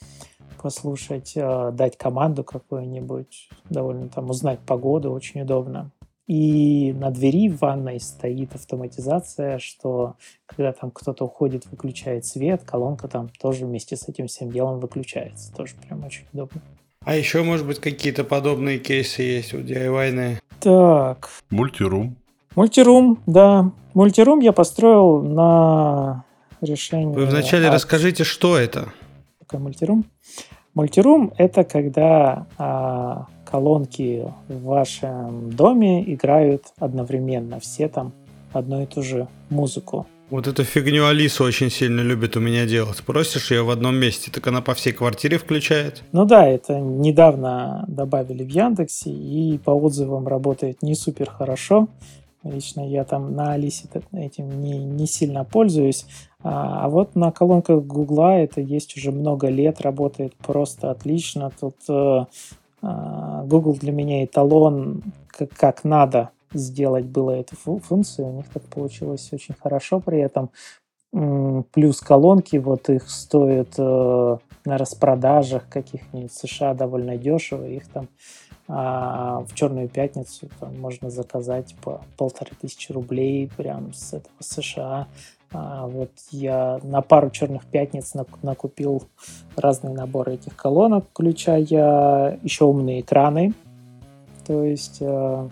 послушать, э, дать команду какую-нибудь, довольно там узнать погоду, очень удобно. И на двери в ванной стоит автоматизация, что когда там кто-то уходит, выключает свет, колонка там тоже вместе с этим всем делом выключается. Тоже прям очень удобно. А еще, может быть, какие-то подобные кейсы есть у ди ай вай-ные? Так. Мультирум. Мультирум, да. Мультирум я построил на решение... Вы вначале от... расскажите, что это? Такой мультирум. Мультирум — это когда а, колонки в вашем доме играют одновременно. Все там одну и ту же музыку. Вот эту фигню Алиса очень сильно любит у меня делать. Просишь ее в одном месте, так она по всей квартире включает. Ну да, это недавно добавили в Яндексе, и по отзывам работает не супер хорошо. Лично я там на Алисе этим не, не сильно пользуюсь. А, а вот на колонках Гугла это есть уже много лет, работает просто отлично. Тут э, э, Google для меня эталон, как, как надо сделать было эту функцию. У них так получилось очень хорошо при этом. Плюс колонки, вот их стоит на распродажах каких-нибудь США довольно дешево. Их там а, в Черную пятницу там можно заказать по полторы тысячи рублей прям с этого США. А, вот я на пару Черных пятниц накупил разные наборы этих колонок, включая еще умные экраны. То есть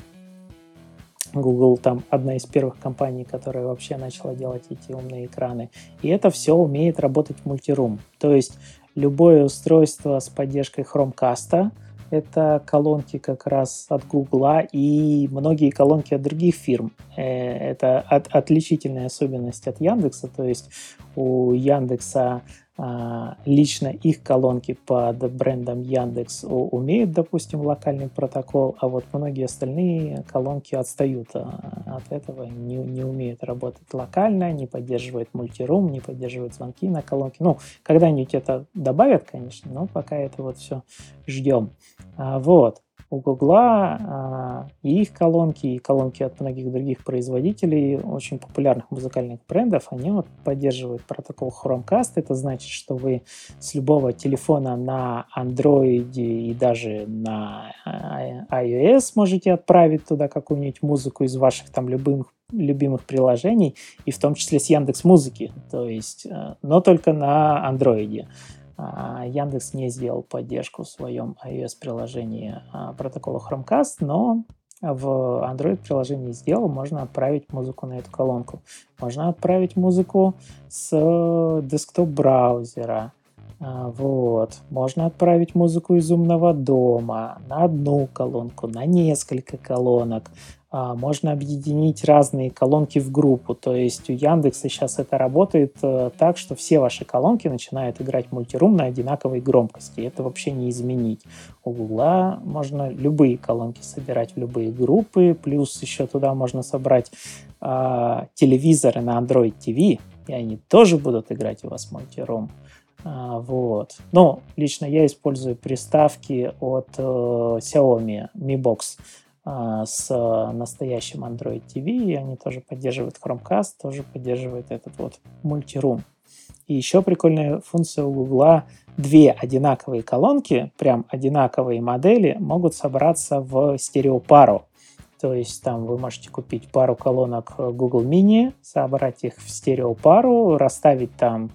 Google там одна из первых компаний, которая вообще начала делать эти умные экраны. И это все умеет работать в мультирум. То есть любое устройство с поддержкой Chromecast, это колонки как раз от Google и многие колонки от других фирм. Это от, отличительная особенность от Яндекса. То есть у Яндекса а, лично их колонки под брендом Яндекс умеют, допустим, локальный протокол, а вот многие остальные колонки отстают от этого, не, не умеют работать локально, не поддерживают мультирум, не поддерживают звонки на колонки. Ну, когда-нибудь это добавят, конечно, но пока это вот все ждем. А, вот. У Гугла а, и их колонки, и колонки от многих других производителей, очень популярных музыкальных брендов, они вот поддерживают протокол Chromecast. Это значит, что вы с любого телефона на Android и даже на iOS можете отправить туда какую-нибудь музыку из ваших там любимых, любимых приложений, и в том числе с Яндекс.Музыки, то есть, но только на Android. Яндекс не сделал поддержку в своем iOS-приложении протокола Chromecast, но в Android-приложении сделал, можно отправить музыку на эту колонку. Можно отправить музыку с десктоп-браузера. Вот. Можно отправить музыку из умного дома на одну колонку, на несколько колонок. Можно объединить разные колонки в группу. То есть у Яндекса сейчас это работает так, что все ваши колонки начинают играть мультирум на одинаковой громкости. Это вообще не изменить. У Гугла можно любые колонки собирать в любые группы. Плюс еще туда можно собрать э, телевизоры на Android ти ви, и они тоже будут играть у вас мультирум. А, вот. Но лично я использую приставки от э, Xiaomi Mi Box э, с настоящим Android ти ви, и они тоже поддерживают Chromecast, тоже поддерживают этот вот мультирум. И еще прикольная функция у Гугла: две одинаковые колонки, прям одинаковые модели, могут собраться в стереопару. То есть там вы можете купить пару колонок Google Mini, собрать их в стереопару, расставить там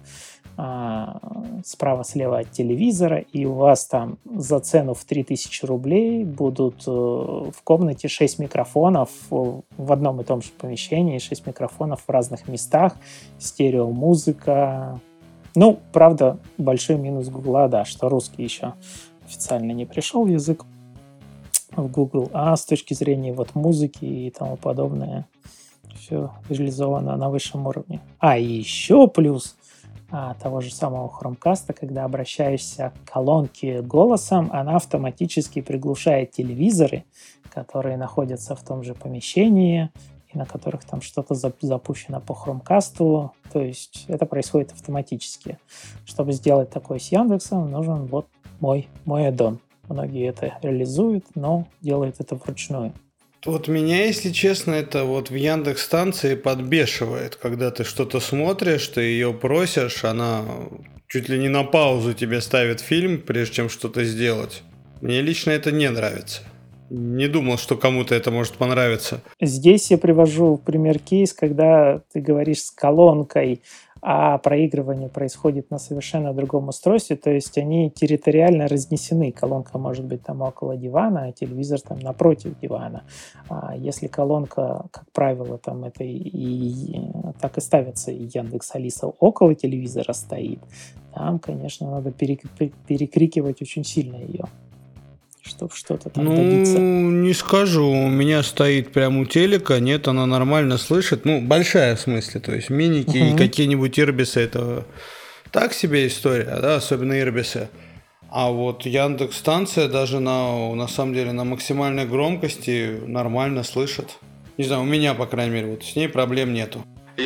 справа-слева от телевизора, и у вас там за цену в три тысячи рублей будут в комнате шесть микрофонов в одном и том же помещении, шесть микрофонов в разных местах, стереомузыка. Ну, правда, большой минус Гугла, да, что русский еще официально не пришел язык в Google, а с точки зрения вот музыки и тому подобное все реализовано на высшем уровне. А еще плюс А, того же самого Chromecast, когда обращаешься к колонке голосом, она автоматически приглушает телевизоры, которые находятся в том же помещении и на которых там что-то запущено по Chromecast. То есть это происходит автоматически. Чтобы сделать такое с Яндексом, нужен вот мой, мой аддон. Многие это реализуют, но делают это вручную. Вот меня, если честно, это вот в Яндекс.Станции подбешивает, когда ты что-то смотришь, ты ее просишь, она чуть ли не на паузу тебе ставит фильм, прежде чем что-то сделать. Мне лично это не нравится. Не думал, что кому-то это может понравиться. Здесь я привожу в пример кейс, когда ты говоришь с колонкой, а проигрывание происходит на совершенно другом устройстве, то есть они территориально разнесены. Колонка может быть там около дивана, а телевизор там напротив дивана. А если колонка, как правило, там это и, и так и ставится, и Яндекс.Алиса около телевизора стоит, там, конечно, надо перекрикивать очень сильно ее, чтобы что-то там ну, добиться. Ну, не скажу. У меня стоит прямо у телека. Нет, она нормально слышит. Ну, большая в смысле. То есть миники uh-huh. и какие-нибудь ирбисы. Это так себе история, да, особенно ирбисы. А вот Яндекс.Станция даже на, на самом деле на максимальной громкости нормально слышит. Не знаю, у меня, по крайней мере, вот с ней проблем нету.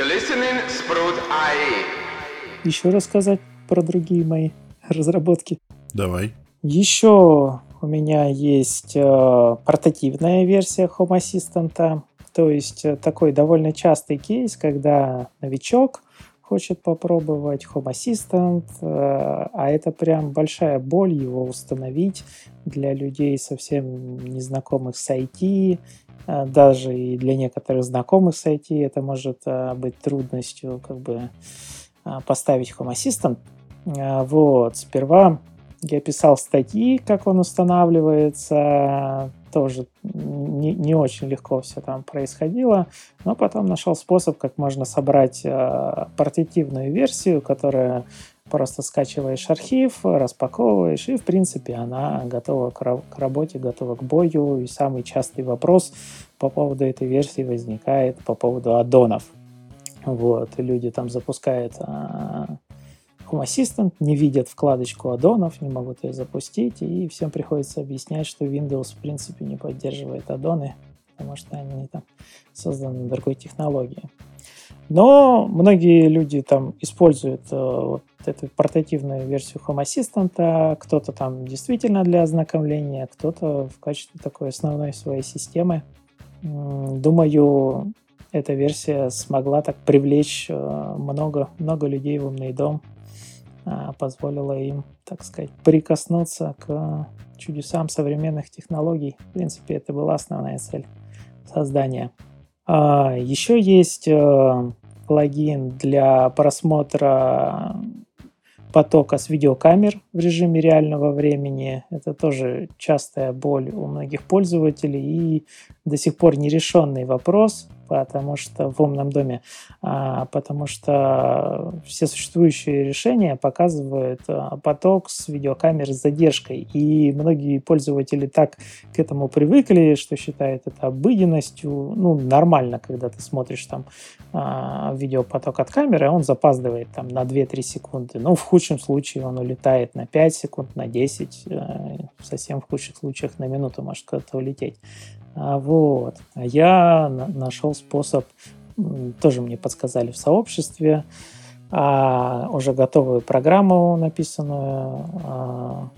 Еще рассказать про другие мои разработки? Давай. Еще у меня есть э, портативная версия Home Assistant, то есть э, такой довольно частый кейс, когда новичок хочет попробовать Home Assistant, а это прям большая боль его установить для людей совсем незнакомых с ай ти, даже и для некоторых знакомых с ай ти это может быть трудностью как бы поставить Home Assistant. Вот, сперва я писал статьи, как он устанавливается, тоже не, не очень легко все там происходило, но потом нашел способ, как можно собрать э, портативную версию, которая просто скачиваешь архив, распаковываешь, и в принципе она готова к, ра- к работе, готова к бою. И самый частый вопрос по поводу этой версии возникает по поводу аддонов. Вот, и люди там запускают э, Home Assistant, не видят вкладочку аддонов, не могут ее запустить, и всем приходится объяснять, что Windows в принципе не поддерживает аддоны, потому что они там созданы на другой технологии. Но многие люди там используют э, вот эту портативную версию Home Assistant, кто-то там действительно для ознакомления, кто-то в качестве такой основной своей системы. Думаю, эта версия смогла так привлечь э, много, много людей в умный дом, позволила им, так сказать, прикоснуться к чудесам современных технологий. В принципе, это была основная цель создания. Еще есть плагин для просмотра потока с видеокамер в режиме реального времени. Это тоже частая боль у многих пользователей и до сих пор нерешенный вопрос, потому что в умном доме, а, потому что все существующие решения показывают а, поток с видеокамер с задержкой, и многие пользователи так к этому привыкли, что считают это обыденностью. Ну, нормально, когда ты смотришь там а, видеопоток от камеры, он запаздывает там на две-три секунды. Ну, в худшем случае он улетает на пять секунд, на десять, а, совсем в худших случаях на минуту может куда-то улететь. А вот. А я на- нашел способ, м, тоже мне подсказали в сообществе, а, уже готовую программу, написанную а,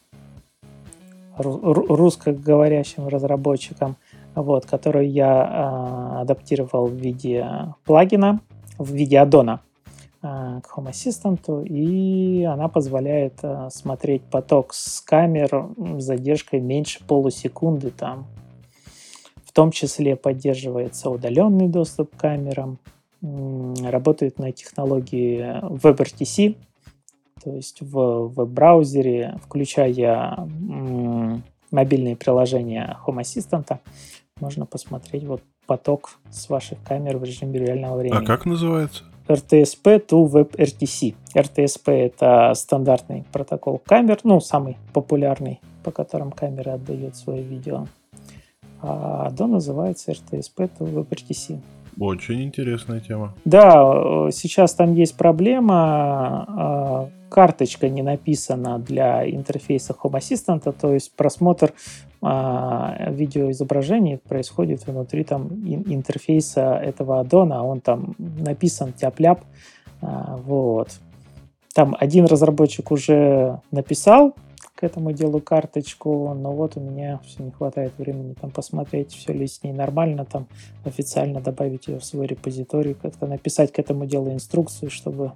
ру- ру- русскоговорящим разработчикам, вот, которую я а, адаптировал в виде плагина, в виде аддона а, к Home Assistant, и она позволяет а, смотреть поток с камер м, с задержкой меньше полусекунды там. В том числе поддерживается удаленный доступ к камерам, м, работает на технологии WebRTC, то есть в веб-браузере, включая м, мобильные приложения Home Assistant, можно посмотреть вот поток с ваших камер в режиме реального А времени. как называется? эр ти эс пи to WebRTC. эр ти эс пи — это стандартный протокол камер, ну, самый популярный, по которым камера отдает свое видео. А аддон называется эр ти эс пи to WebRTC. Очень интересная тема. Да, э, сейчас там есть проблема, э, карточка не написана для интерфейса Home Assistant, то есть просмотр э, видеоизображений происходит внутри там ин- интерфейса этого аддона, а он там написан тяп-ляп. э, Вот. Там один разработчик уже написал к этому делу карточку, но вот у меня все не хватает времени там посмотреть, все ли с ней нормально, там официально добавить ее в свой репозиторий, как-то написать к этому делу инструкцию, чтобы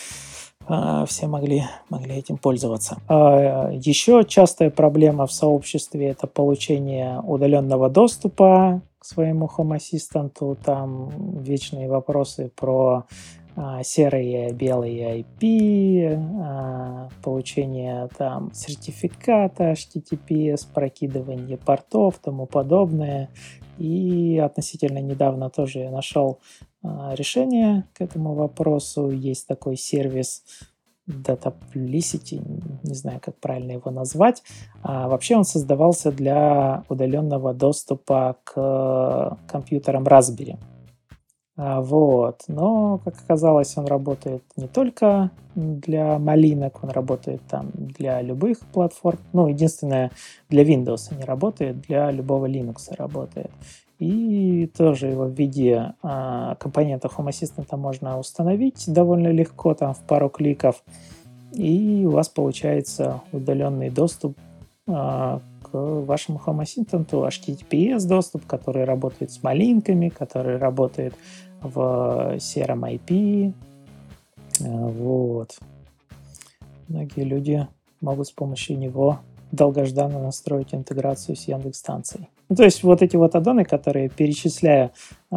а, все могли, могли этим пользоваться. А, еще частая проблема в сообществе — это получение удаленного доступа к своему Home Assistant. Там вечные вопросы про а, серые, белые ай пи, а, получение там сертификата эйч ти ти пи эс, прокидывание портов, тому подобное. И относительно недавно тоже я нашел а, решение к этому вопросу. Есть такой сервис Dataplicity, не знаю, как правильно его назвать. А, вообще он создавался для удаленного доступа к компьютерам Raspberry. А, Вот. Но, как оказалось, он работает не только для малинок, он работает там для любых платформ. Ну, единственное, для Windows не работает, для любого Linux работает. И тоже его в виде а, компонента Home Assistant можно установить довольно легко, там в пару кликов. И у вас получается удаленный доступ а, к вашему Home Assistant, эйч ти ти пи эс доступ, который работает с малинками, который работает в сером ай пи. Вот. Многие люди могут с помощью него долгожданно настроить интеграцию с Яндекс.Станцией. Ну, то есть вот эти вот аддоны, которые перечисляю,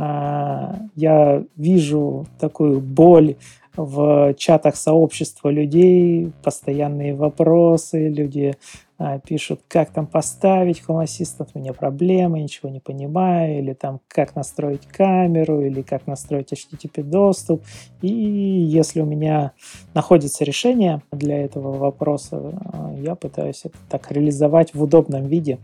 я вижу такую боль в чатах сообщества людей, постоянные вопросы, люди а, пишут, как там поставить Home Assistant, у меня проблемы, ничего не понимаю, или там как настроить камеру, или как настроить эйч ти ти пи доступ. И если у меня находится решение для этого вопроса, я пытаюсь это так реализовать в удобном виде,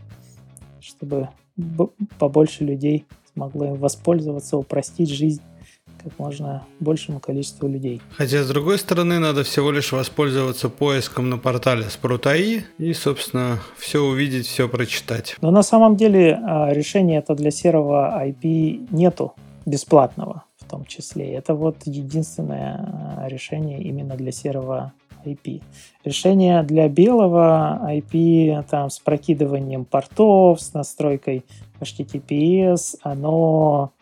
чтобы побольше людей смогло им воспользоваться, упростить жизнь как можно большему количеству людей. Хотя, с другой стороны, надо всего лишь воспользоваться поиском на портале Sprutai и, собственно, все увидеть, все прочитать. Но на самом деле решения это для серого ай пи нету бесплатного в том числе. Это вот единственное решение именно для серого ай пи. Решение для белого ай пи там, с прокидыванием портов, с настройкой эйч ти ти пи эс, оно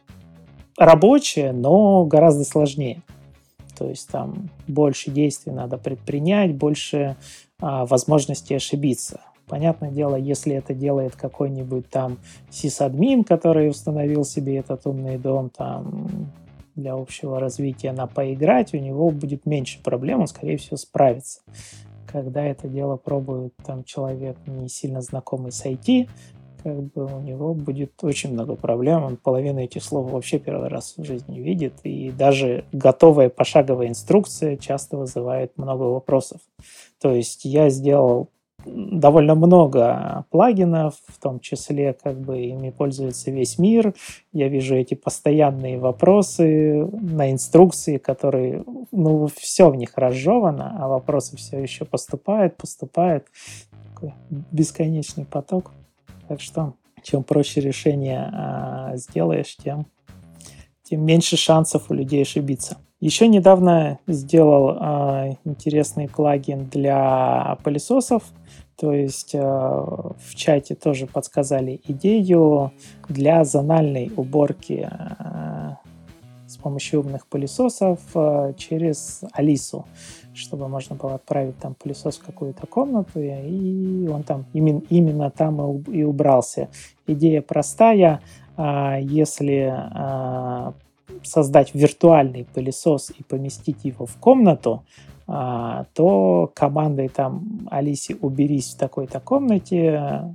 рабочее, но гораздо сложнее. То есть там больше действий надо предпринять, больше а, возможностей ошибиться. Понятное дело, если это делает какой-нибудь там сисадмин, который установил себе этот умный дом там для общего развития на поиграть, у него будет меньше проблем, он, скорее всего, справится. Когда это дело пробует там человек не сильно знакомый с ай ти, как бы у него будет очень много проблем, он половину этих слов вообще первый раз в жизни видит, и даже готовая пошаговая инструкция часто вызывает много вопросов. То есть я сделал довольно много плагинов, в том числе как бы ими пользуется весь мир. Я вижу эти постоянные вопросы на инструкции, которые, ну, все в них разжевано, а вопросы все еще поступают, поступают. Такой бесконечный поток. Так что, чем проще решение а, сделаешь, тем, тем меньше шансов у людей ошибиться. Еще недавно сделал а, интересный плагин для пылесосов. То есть а, в чате тоже подсказали идею для зональной уборки а, с помощью умных пылесосов а, через Алису, чтобы можно было отправить там пылесос в какую-то комнату, и он там именно, именно там и убрался. Идея простая. Если создать виртуальный пылесос и поместить его в комнату, то командой там Алисе «уберись в такой-то комнате»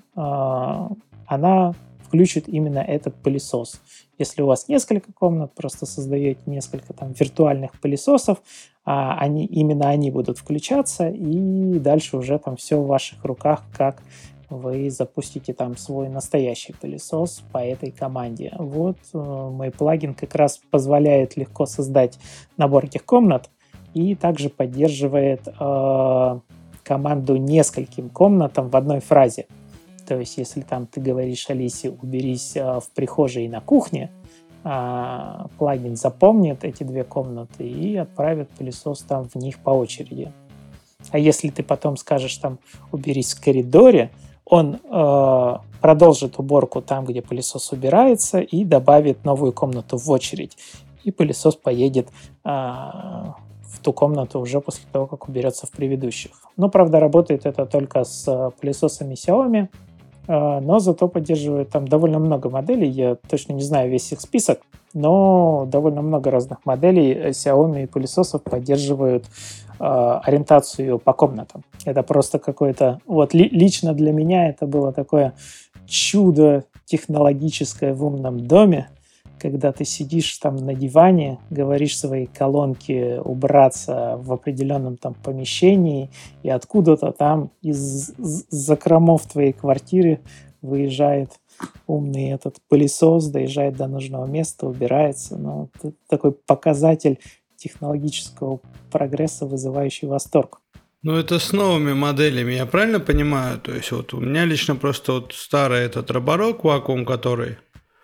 она включит именно этот пылесос. Если у вас несколько комнат, просто создаете несколько там виртуальных пылесосов, а они, именно они будут включаться, и дальше уже там все в ваших руках, как вы запустите там свой настоящий пылесос по этой команде. Вот э, мой плагин как раз позволяет легко создать набор этих комнат и также поддерживает э, команду нескольким комнатам в одной фразе. То есть, если там ты говоришь Алисе «уберись в прихожей и на кухне», а, плагин запомнит эти две комнаты и отправит пылесос там в них по очереди. А если ты потом скажешь там «уберись в коридоре», он э, продолжит уборку там, где пылесос убирается, и добавит новую комнату в очередь. И пылесос поедет э, в ту комнату уже после того, как уберется в предыдущих. Но, правда, работает это только с пылесосами Xiaomi, но зато поддерживает там довольно много моделей. Я точно не знаю весь их список, но довольно много разных моделей Xiaomi и пылесосов поддерживают э, ориентацию по комнатам. Это просто какое-то... Вот ли, лично для меня это было такое чудо технологическое в умном доме, когда ты сидишь там на диване, говоришь своей колонке убраться в определенном там помещении, и откуда-то там из закромов твоей квартиры выезжает умный этот пылесос, доезжает до нужного места, убирается. Ну, это такой показатель технологического прогресса, вызывающий восторг. Ну, это с новыми моделями, я правильно понимаю? То есть вот у меня лично просто вот старый этот роборок вакуум, который...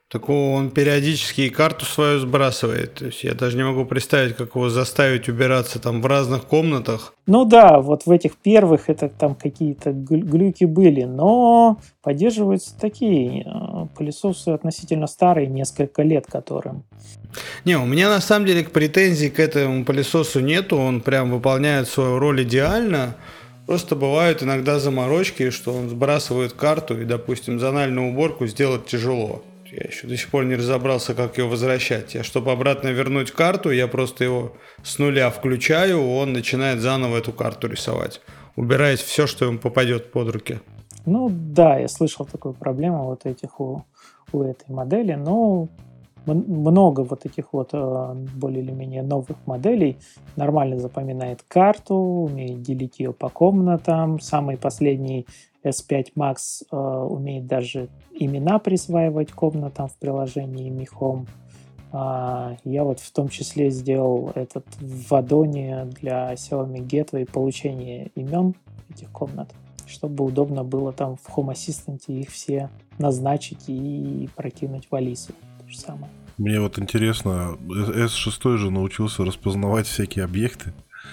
Так он периодически и карту свою сбрасывает. То есть я даже не могу представить, как его заставить убираться там в разных комнатах. Ну да, вот в этих первых это там какие-то глюки были, но поддерживаются такие э, пылесосы относительно старые, несколько лет которым. Не, у меня на самом деле претензий к этому пылесосу нету, он прям выполняет свою роль идеально. Просто бывают иногда заморочки, что он сбрасывает карту и, допустим, зональную уборку сделать тяжело. Я еще до сих пор не разобрался, как ее возвращать. Я, чтобы обратно вернуть карту, я просто его с нуля включаю, он начинает заново эту карту рисовать, убираясь все, что ему попадет под руки. Ну да, я слышал такую проблему вот этих у, у этой модели, но много вот таких вот более или менее новых моделей нормально запоминает карту, умеет делить ее по комнатам. Самый последний эс пять Max э, умеет даже имена присваивать комнатам в приложении Mi Home. А, я вот в том числе сделал этот в аддоне для Xiaomi Gateway получение имен этих комнат, чтобы удобно было там в Home Assistant их все назначить и прокинуть в Алису. То же самое. Мне вот интересно, эс шесть же научился распознавать всякие объекты,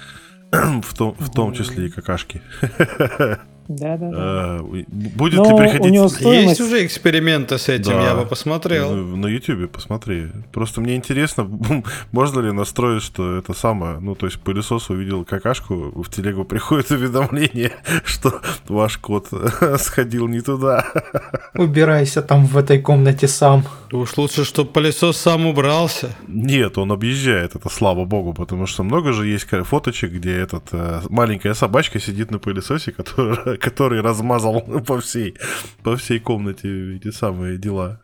в том, в том числе и какашки. Да, да, да. Будет ли приходить... Стоимость... Есть уже эксперименты с этим, да, я бы посмотрел. На Ютубе посмотри. Просто мне интересно, можно ли настроить, что это самое... Ну, то есть пылесос увидел какашку, в телегу приходит уведомление, что ваш кот сходил не туда. Убирайся там в этой комнате сам. Уж лучше, чтобы пылесос сам убрался. Нет, он объезжает, это слава богу, потому что много же есть фоточек, где этот маленькая собачка сидит на пылесосе, которая который размазал по всей, по всей комнате эти самые дела.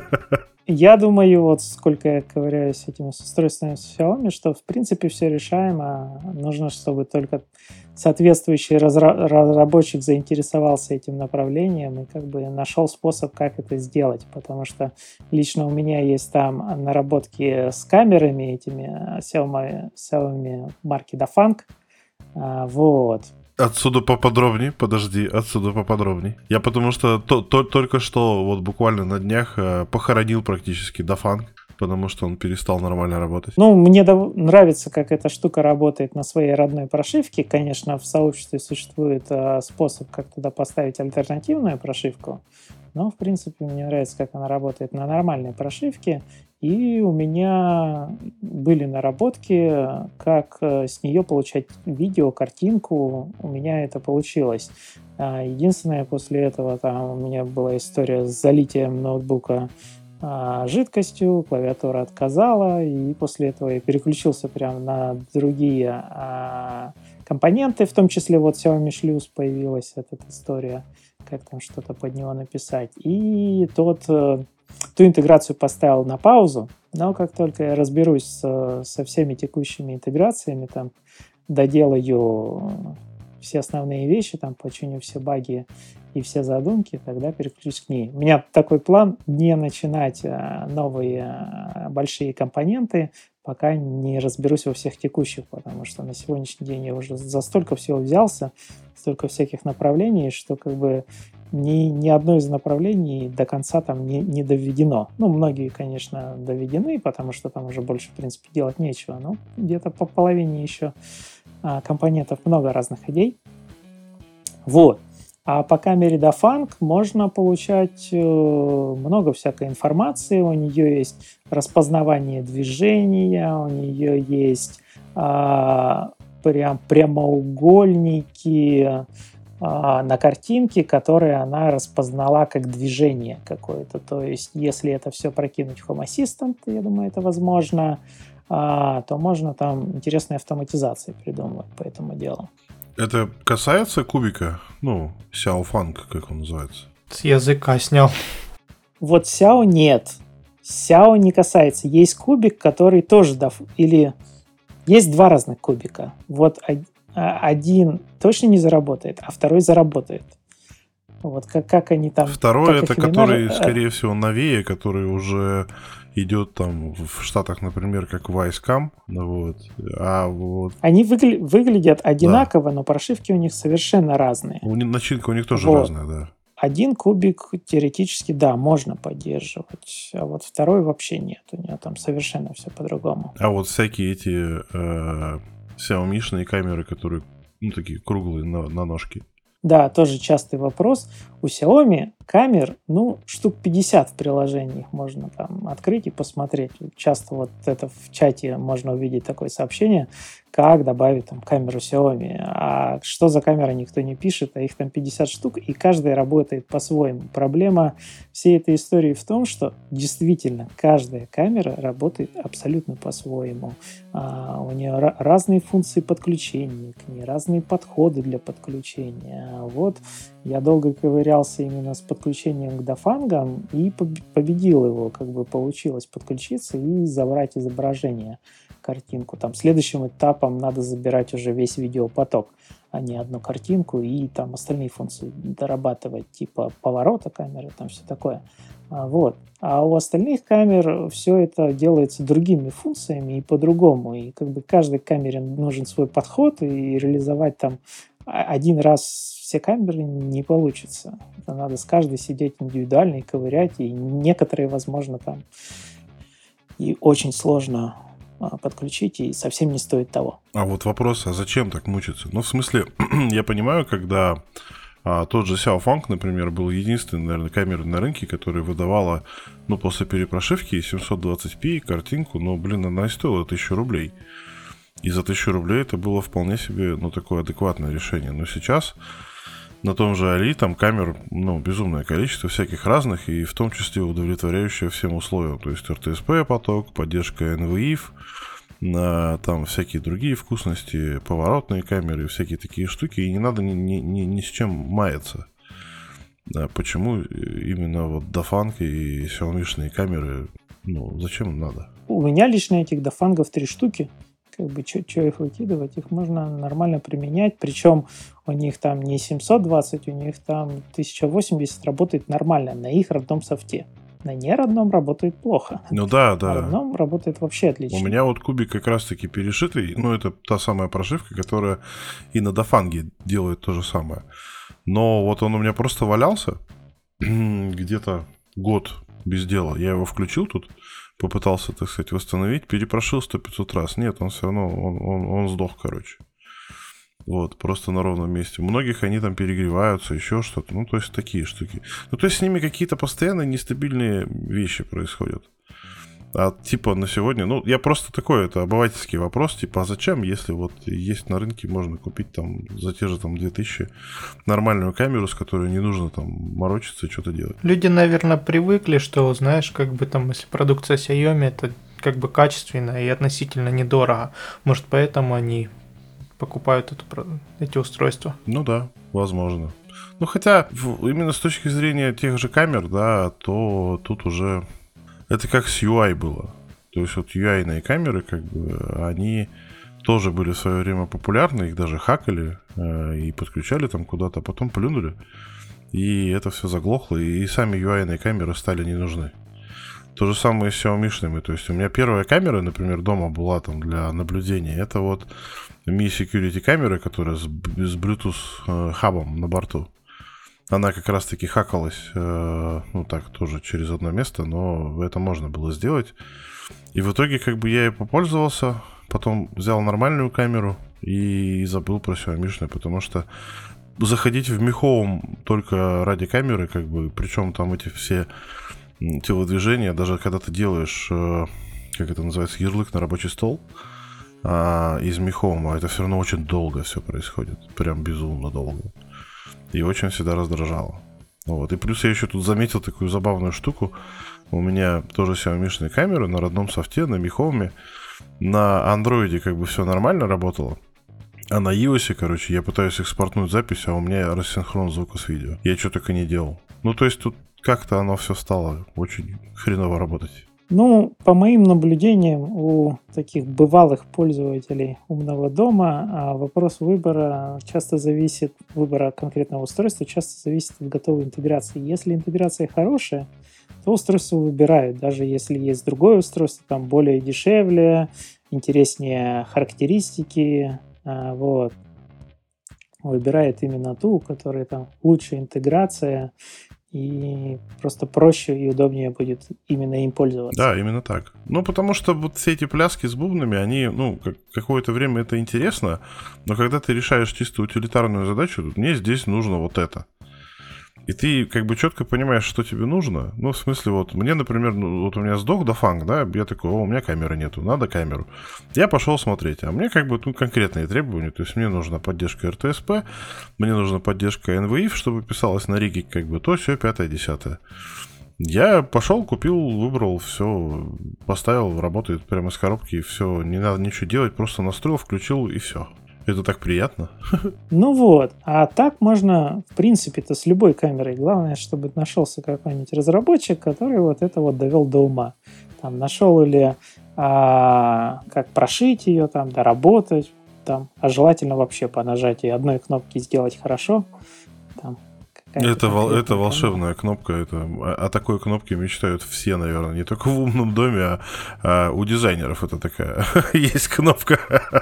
Я думаю, вот сколько я ковыряюсь с этими устройствами с Xiaomi, что в принципе все решаемо. Нужно, чтобы только соответствующий разра- разработчик заинтересовался этим направлением и как бы нашел способ, как это сделать. Потому что лично у меня есть там наработки с камерами этими Xiaomi, Xiaomi марки Dafang. А, вот. Отсюда поподробнее, подожди, отсюда поподробнее. Я потому что то, то, только что, вот буквально на днях, э, похоронил практически Dafang, потому что он перестал нормально работать. Ну, мне дов- нравится, как эта штука работает на своей родной прошивке. Конечно, в сообществе существует э, способ, как туда поставить альтернативную прошивку, но, в принципе, мне нравится, как она работает на нормальной прошивке. И у меня были наработки, как с нее получать видео, картинку. У меня это получилось. Единственное, после этого там у меня была история с залитием ноутбука жидкостью, клавиатура отказала, и после этого я переключился прямо на другие компоненты, в том числе вот Xiaomi Шлюз появилась эта история, как там что-то под него написать. И тот... Ту интеграцию поставил на паузу, но как только я разберусь со, со всеми текущими интеграциями, там, доделаю все основные вещи, там, починю все баги и все задумки, тогда переключусь к ней. У меня такой план не начинать новые большие компоненты, пока не разберусь во всех текущих, потому что на сегодняшний день я уже за столько всего взялся, столько всяких направлений, что как бы ни, ни одно из направлений до конца там не, не доведено. Ну, многие, конечно, доведены, потому что там уже больше, в принципе, делать нечего, но где-то по половине еще а, компонентов много разных идей. Вот. А по камере Dafang можно получать э, много всякой информации. У нее есть распознавание движения, у нее есть э, прям прямоугольники э, на картинке, которые она распознала как движение какое-то. То есть, если это все прокинуть в Home Assistant, я думаю, это возможно, э, то можно там интересные автоматизации придумывать по этому делу. Это касается кубика? Ну, Xiaofang, как он называется? С языка снял. Вот Xiao нет. Xiao не касается. Есть кубик, который тоже... Дав... Или есть два разных кубика. Вот один точно не заработает, а второй заработает. Вот как, как они там... Второй это который, имена... скорее всего, новее, который уже... идет там в Штатах, например, как Vicecam, вот, а вот... Они выгля- выглядят одинаково, да. Но прошивки у них совершенно разные. У них, начинка у них тоже вот. разная, да. один кубик теоретически, да, можно поддерживать, а вот второй вообще нет. У него там совершенно все по-другому. А вот всякие эти э, Xiaomi-шные камеры, которые, ну, такие круглые на, на ножке. Да, тоже частый вопрос. У Xiaomi камер, ну, штук пятьдесят в приложениях можно там открыть и посмотреть. Часто вот это в чате можно увидеть такое сообщение, как добавить там камеру Xiaomi. А что за камера, никто не пишет, а их там пятьдесят штук, и каждая работает по-своему. Проблема всей этой истории в том, что действительно каждая камера работает абсолютно по-своему. А у нее ra- разные функции подключения к ней, разные подходы для подключения. Вот я долго ковырялся именно с подключением к дофангам и победил его, как бы получилось подключиться и забрать изображение, картинку. Там следующим этапом надо забирать уже весь видеопоток, а не одну картинку, и там остальные функции дорабатывать, типа поворота камеры, там все такое. А, вот. А у остальных камер все это делается другими функциями и по-другому. И как бы каждой камере нужен свой подход, и реализовать там один раз все камеры не получится. Это надо с каждой сидеть индивидуально и ковырять, и некоторые, возможно, там и очень сложно подключить, и совсем не стоит того. А вот вопрос, а зачем так мучиться? Ну, в смысле, я понимаю, когда а, тот же Xiaofeng, например, был единственной, наверное, камерой на рынке, которая выдавала, ну, после перепрошивки семьсот двадцать пи картинку, ну, блин, она и стоила тысячу рублей. И за тысячу рублей это было вполне себе, ну, такое адекватное решение. Но сейчас на том же Али там камер, ну, безумное количество всяких разных, и в том числе удовлетворяющие всем условиям. То есть эр ти эс пи-поток, поддержка эн ви ай эф, на, там всякие другие вкусности, поворотные камеры, всякие такие штуки, и не надо ни, ни, ни, ни с чем маяться. Да, почему именно вот Dafang и Xiaomi-шные камеры, ну, зачем им надо? У меня лично этих Dafang'ов три штуки. Как бы, что их выкидывать, их можно нормально применять, причем у них там не семьсот двадцать, у них там тысяча восемьдесят работает нормально на их родном софте. На неродном работает плохо. Ну да, да. На родном работает вообще отлично. У меня вот кубик как раз-таки перешитый, ну это та самая прошивка, которая и на Dafang делает то же самое. Но вот он у меня просто валялся где-то год без дела. Я его включил тут, попытался, так сказать, восстановить, перепрошил сто-пятьсот раз. Нет, он все равно, он, он, он сдох, короче. Вот, просто на ровном месте. У многих они там перегреваются, еще что-то. Ну, то есть такие штуки. Ну, то есть с ними какие-то постоянно нестабильные вещи происходят. А типа на сегодня, ну, я просто такой, это обывательский вопрос, типа, а зачем, если вот есть на рынке, можно купить там за те же там две тысячи нормальную камеру, с которой не нужно там морочиться и что-то делать. Люди, наверное, привыкли, что, знаешь, как бы там, если продукция Xiaomi, это как бы качественно и относительно недорого. Может, поэтому они покупают эту, эти устройства. Ну да, возможно. Ну, хотя, именно с точки зрения тех же камер, да, то тут уже... Это как с ю ай было. То есть вот ю ай-ные камеры, как бы, они тоже были в свое время популярны, их даже хакали э, и подключали там куда-то, а потом плюнули. И это все заглохло, и сами ю ай-ные камеры стали не нужны. То же самое с Xiaomi-шными. То есть у меня первая камера, например, дома была там для наблюдения. Это вот Mi Security камера, которая с, с Bluetooth хабом на борту. Она как раз-таки хакалась, э, ну так, тоже через одно место, но это можно было сделать. И в итоге, как бы, я и попользовался, потом взял нормальную камеру и забыл про Xiaomi-шную, потому что заходить в Mi Home только ради камеры, как бы, причем там эти все телодвижения, даже когда ты делаешь, э, как это называется, ярлык на рабочий стол э, из Mi Home, это все равно очень долго все происходит, прям безумно долго. И очень всегда раздражало. Вот. И плюс я еще тут заметил такую забавную штуку. У меня тоже Xiaomi-шные камеры на родном софте, на Mi Home. На андроиде как бы все нормально работало. А на iOS, короче, я пытаюсь экспортнуть запись, а у меня рассинхрон звука с видео. Я что только не делал. Ну, то есть тут как-то оно все стало очень хреново работать. Ну, по моим наблюдениям, у таких бывалых пользователей умного дома вопрос выбора часто зависит, выбора конкретного устройства часто зависит от готовой интеграции. Если интеграция хорошая, то устройство выбирают, даже если есть другое устройство, там более дешевле, интереснее характеристики, вот. выбирает именно ту, у которой там лучшая интеграция, и просто проще и удобнее будет именно им пользоваться. Да, именно так. Ну, потому что вот все эти пляски с бубнами, они, ну, как, какое-то время это интересно, но когда ты решаешь чисто утилитарную задачу, тут мне здесь нужно вот это. И ты как бы четко понимаешь, что тебе нужно. Ну, в смысле, вот мне, например, ну, вот у меня сдох дофанк, да, я такой, о, у меня камеры нету, надо камеру. Я пошел смотреть, а мне как бы тут конкретные требования, то есть мне нужна поддержка эр ти эс пи, мне нужна поддержка эн ви ай эф, чтобы писалось на риге как бы то, все, пятое, десятое. Я пошел, купил, выбрал, все, поставил, работает прямо из коробки, и все, не надо ничего делать, просто настроил, включил, и все. Это так приятно. Ну вот, а так можно, в принципе-то, с любой камерой. Главное, чтобы нашелся какой-нибудь разработчик, который вот это вот довел до ума. Там нашел или а, как прошить ее, там, доработать, там, а желательно вообще по нажатии одной кнопки сделать хорошо. Там, это, вол, это волшебная кнопка. Это, о такой кнопке мечтают все, наверное. Не только в умном доме, а, а у дизайнеров это такая есть кнопка.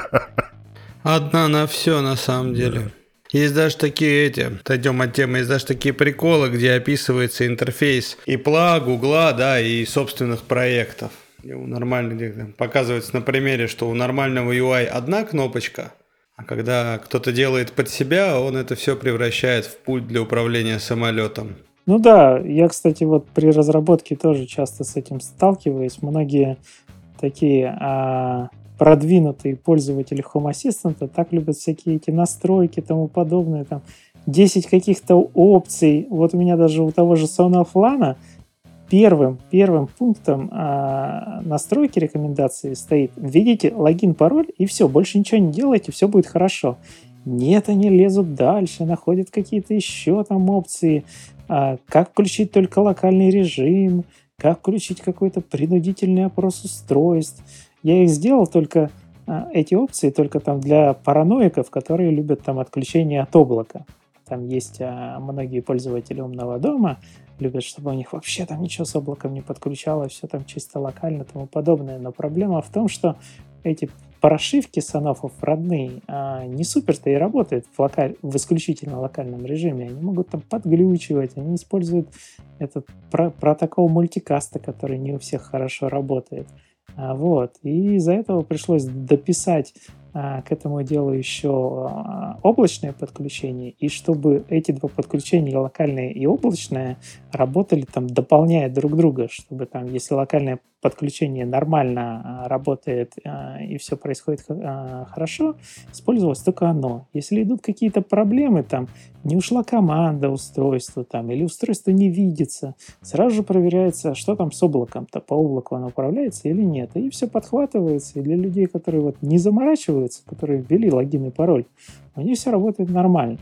Одна на все, на самом деле. Да. Есть даже такие эти, отойдем от темы, есть даже такие приколы, где описывается интерфейс и пла, гугла, да, и собственных проектов. И у нормальных показывается на примере, что у нормального ю ай одна кнопочка, а когда кто-то делает под себя, он это все превращает в пульт для управления самолетом. Ну да, я, кстати, вот при разработке тоже часто с этим сталкиваюсь. Многие такие... А... продвинутые пользователи Home Assistant так любят всякие эти настройки и тому подобное, там десять каких-то опций. Вот у меня даже у того же Sonoff первым, первым пунктом а, настройки рекомендации стоит: введите логин, пароль, и все, больше ничего не делайте, все будет хорошо. Нет, они лезут дальше, находят какие-то еще там опции, а, как включить только локальный режим, как включить какой-то принудительный опрос устройств. Я их сделал только, эти опции, только там для параноиков, которые любят там отключение от облака. Там есть а, многие пользователи умного дома, любят, чтобы у них вообще там ничего с облаком не подключалось, все там чисто локально и тому подобное. Но проблема в том, что эти прошивки Sonoff родные а, не супер-то и работают в, локаль... в исключительно локальном режиме. Они могут там подглючивать, они используют этот про- протокол мультикаста, который не у всех хорошо работает. А, вот. И из-за этого пришлось дописать а, к этому делу еще а, облачное подключение, и чтобы эти два подключения, локальное и облачное, работали там, дополняя друг друга, чтобы там, если локальное подключение нормально а, работает а, и все происходит а, хорошо, использовалось только оно. Если идут какие-то проблемы, там не ушла команда устройства, там, или устройство не видится, сразу же проверяется, что там с облаком-то, по облаку оно управляется или нет. И все подхватывается, и для людей, которые вот не заморачиваются, которые ввели логин и пароль, у них все работает нормально.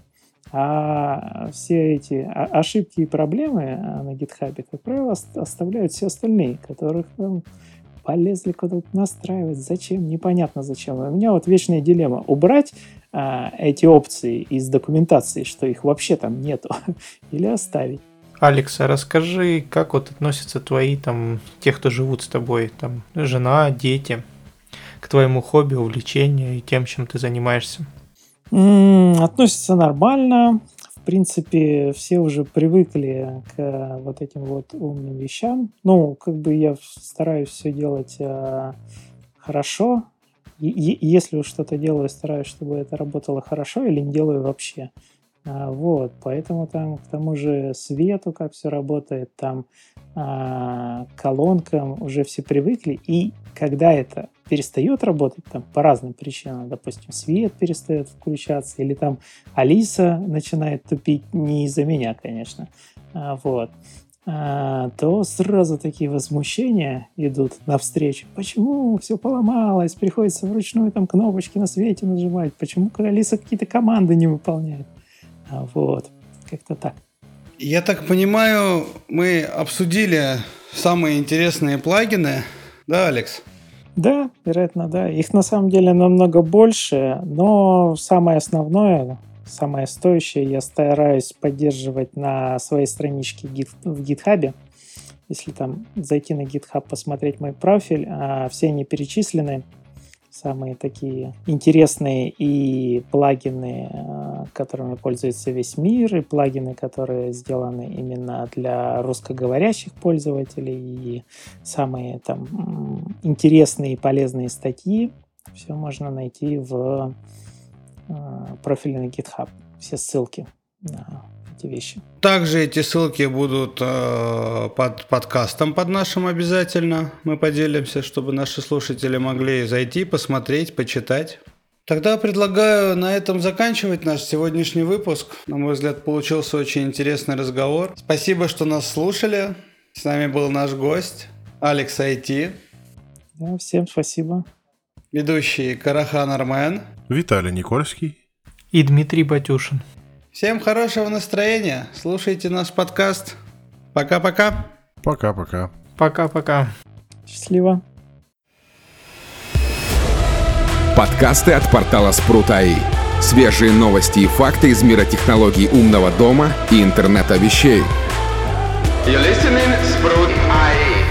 А все эти ошибки и проблемы на GitHub, как правило, оставляют все остальные, которых там полезли куда-то настраивать. Зачем? Непонятно зачем. У меня вот вечная дилемма. Убрать а, эти опции из документации, что их вообще там нету, или оставить. Алекс, а расскажи, как вот относятся твои, там, те, кто живут с тобой, там, жена, дети, к твоему хобби, увлечению и тем, чем ты занимаешься? М-м, относятся нормально. В принципе, все уже привыкли к вот этим вот умным вещам. Ну, как бы я стараюсь все делать э, хорошо. И, и если уж что-то делаю, стараюсь, чтобы это работало хорошо, или не делаю вообще. А, вот, поэтому там к тому же свету, как все работает, там а, колонкам уже все привыкли. И когда это перестает работать, там по разным причинам, допустим, свет перестает включаться, или там Алиса начинает тупить, не из-за меня, конечно, а, вот, а, то сразу такие возмущения идут навстречу. Почему все поломалось? Приходится вручную там кнопочки на свете нажимать. Почему Алиса какие-то команды не выполняет? А, вот, как-то так. Я так понимаю, мы обсудили самые интересные плагины, да, Алекс? Да, вероятно, да. Их на самом деле намного больше, но самое основное, самое стоящее я стараюсь поддерживать на своей страничке в GitHub. Если там зайти на GitHub, посмотреть мой профиль, все они перечислены. Самые такие интересные и плагины которыми пользуется весь мир, и плагины, которые сделаны именно для русскоговорящих пользователей, и самые там интересные и полезные статьи. Все можно найти в профиле на GitHub. Все ссылки на эти вещи. Также эти ссылки будут э, под подкастом под нашим обязательно. Мы поделимся, чтобы наши слушатели могли зайти, посмотреть, почитать. Тогда предлагаю на этом заканчивать наш сегодняшний выпуск. На мой взгляд, получился очень интересный разговор. Спасибо, что нас слушали. С нами был наш гость Алекс ай ти. Да, всем спасибо. Ведущий Карахан Армен. Виталий Никольский. И Дмитрий Батюшин. Всем хорошего настроения. Слушайте наш подкаст. Пока-пока. Пока-пока. Пока-пока. Счастливо. Подкасты от портала Спрут.ай. Свежие новости и факты из мира технологий умного дома и интернета вещей. You're listening Sprut точка ай и.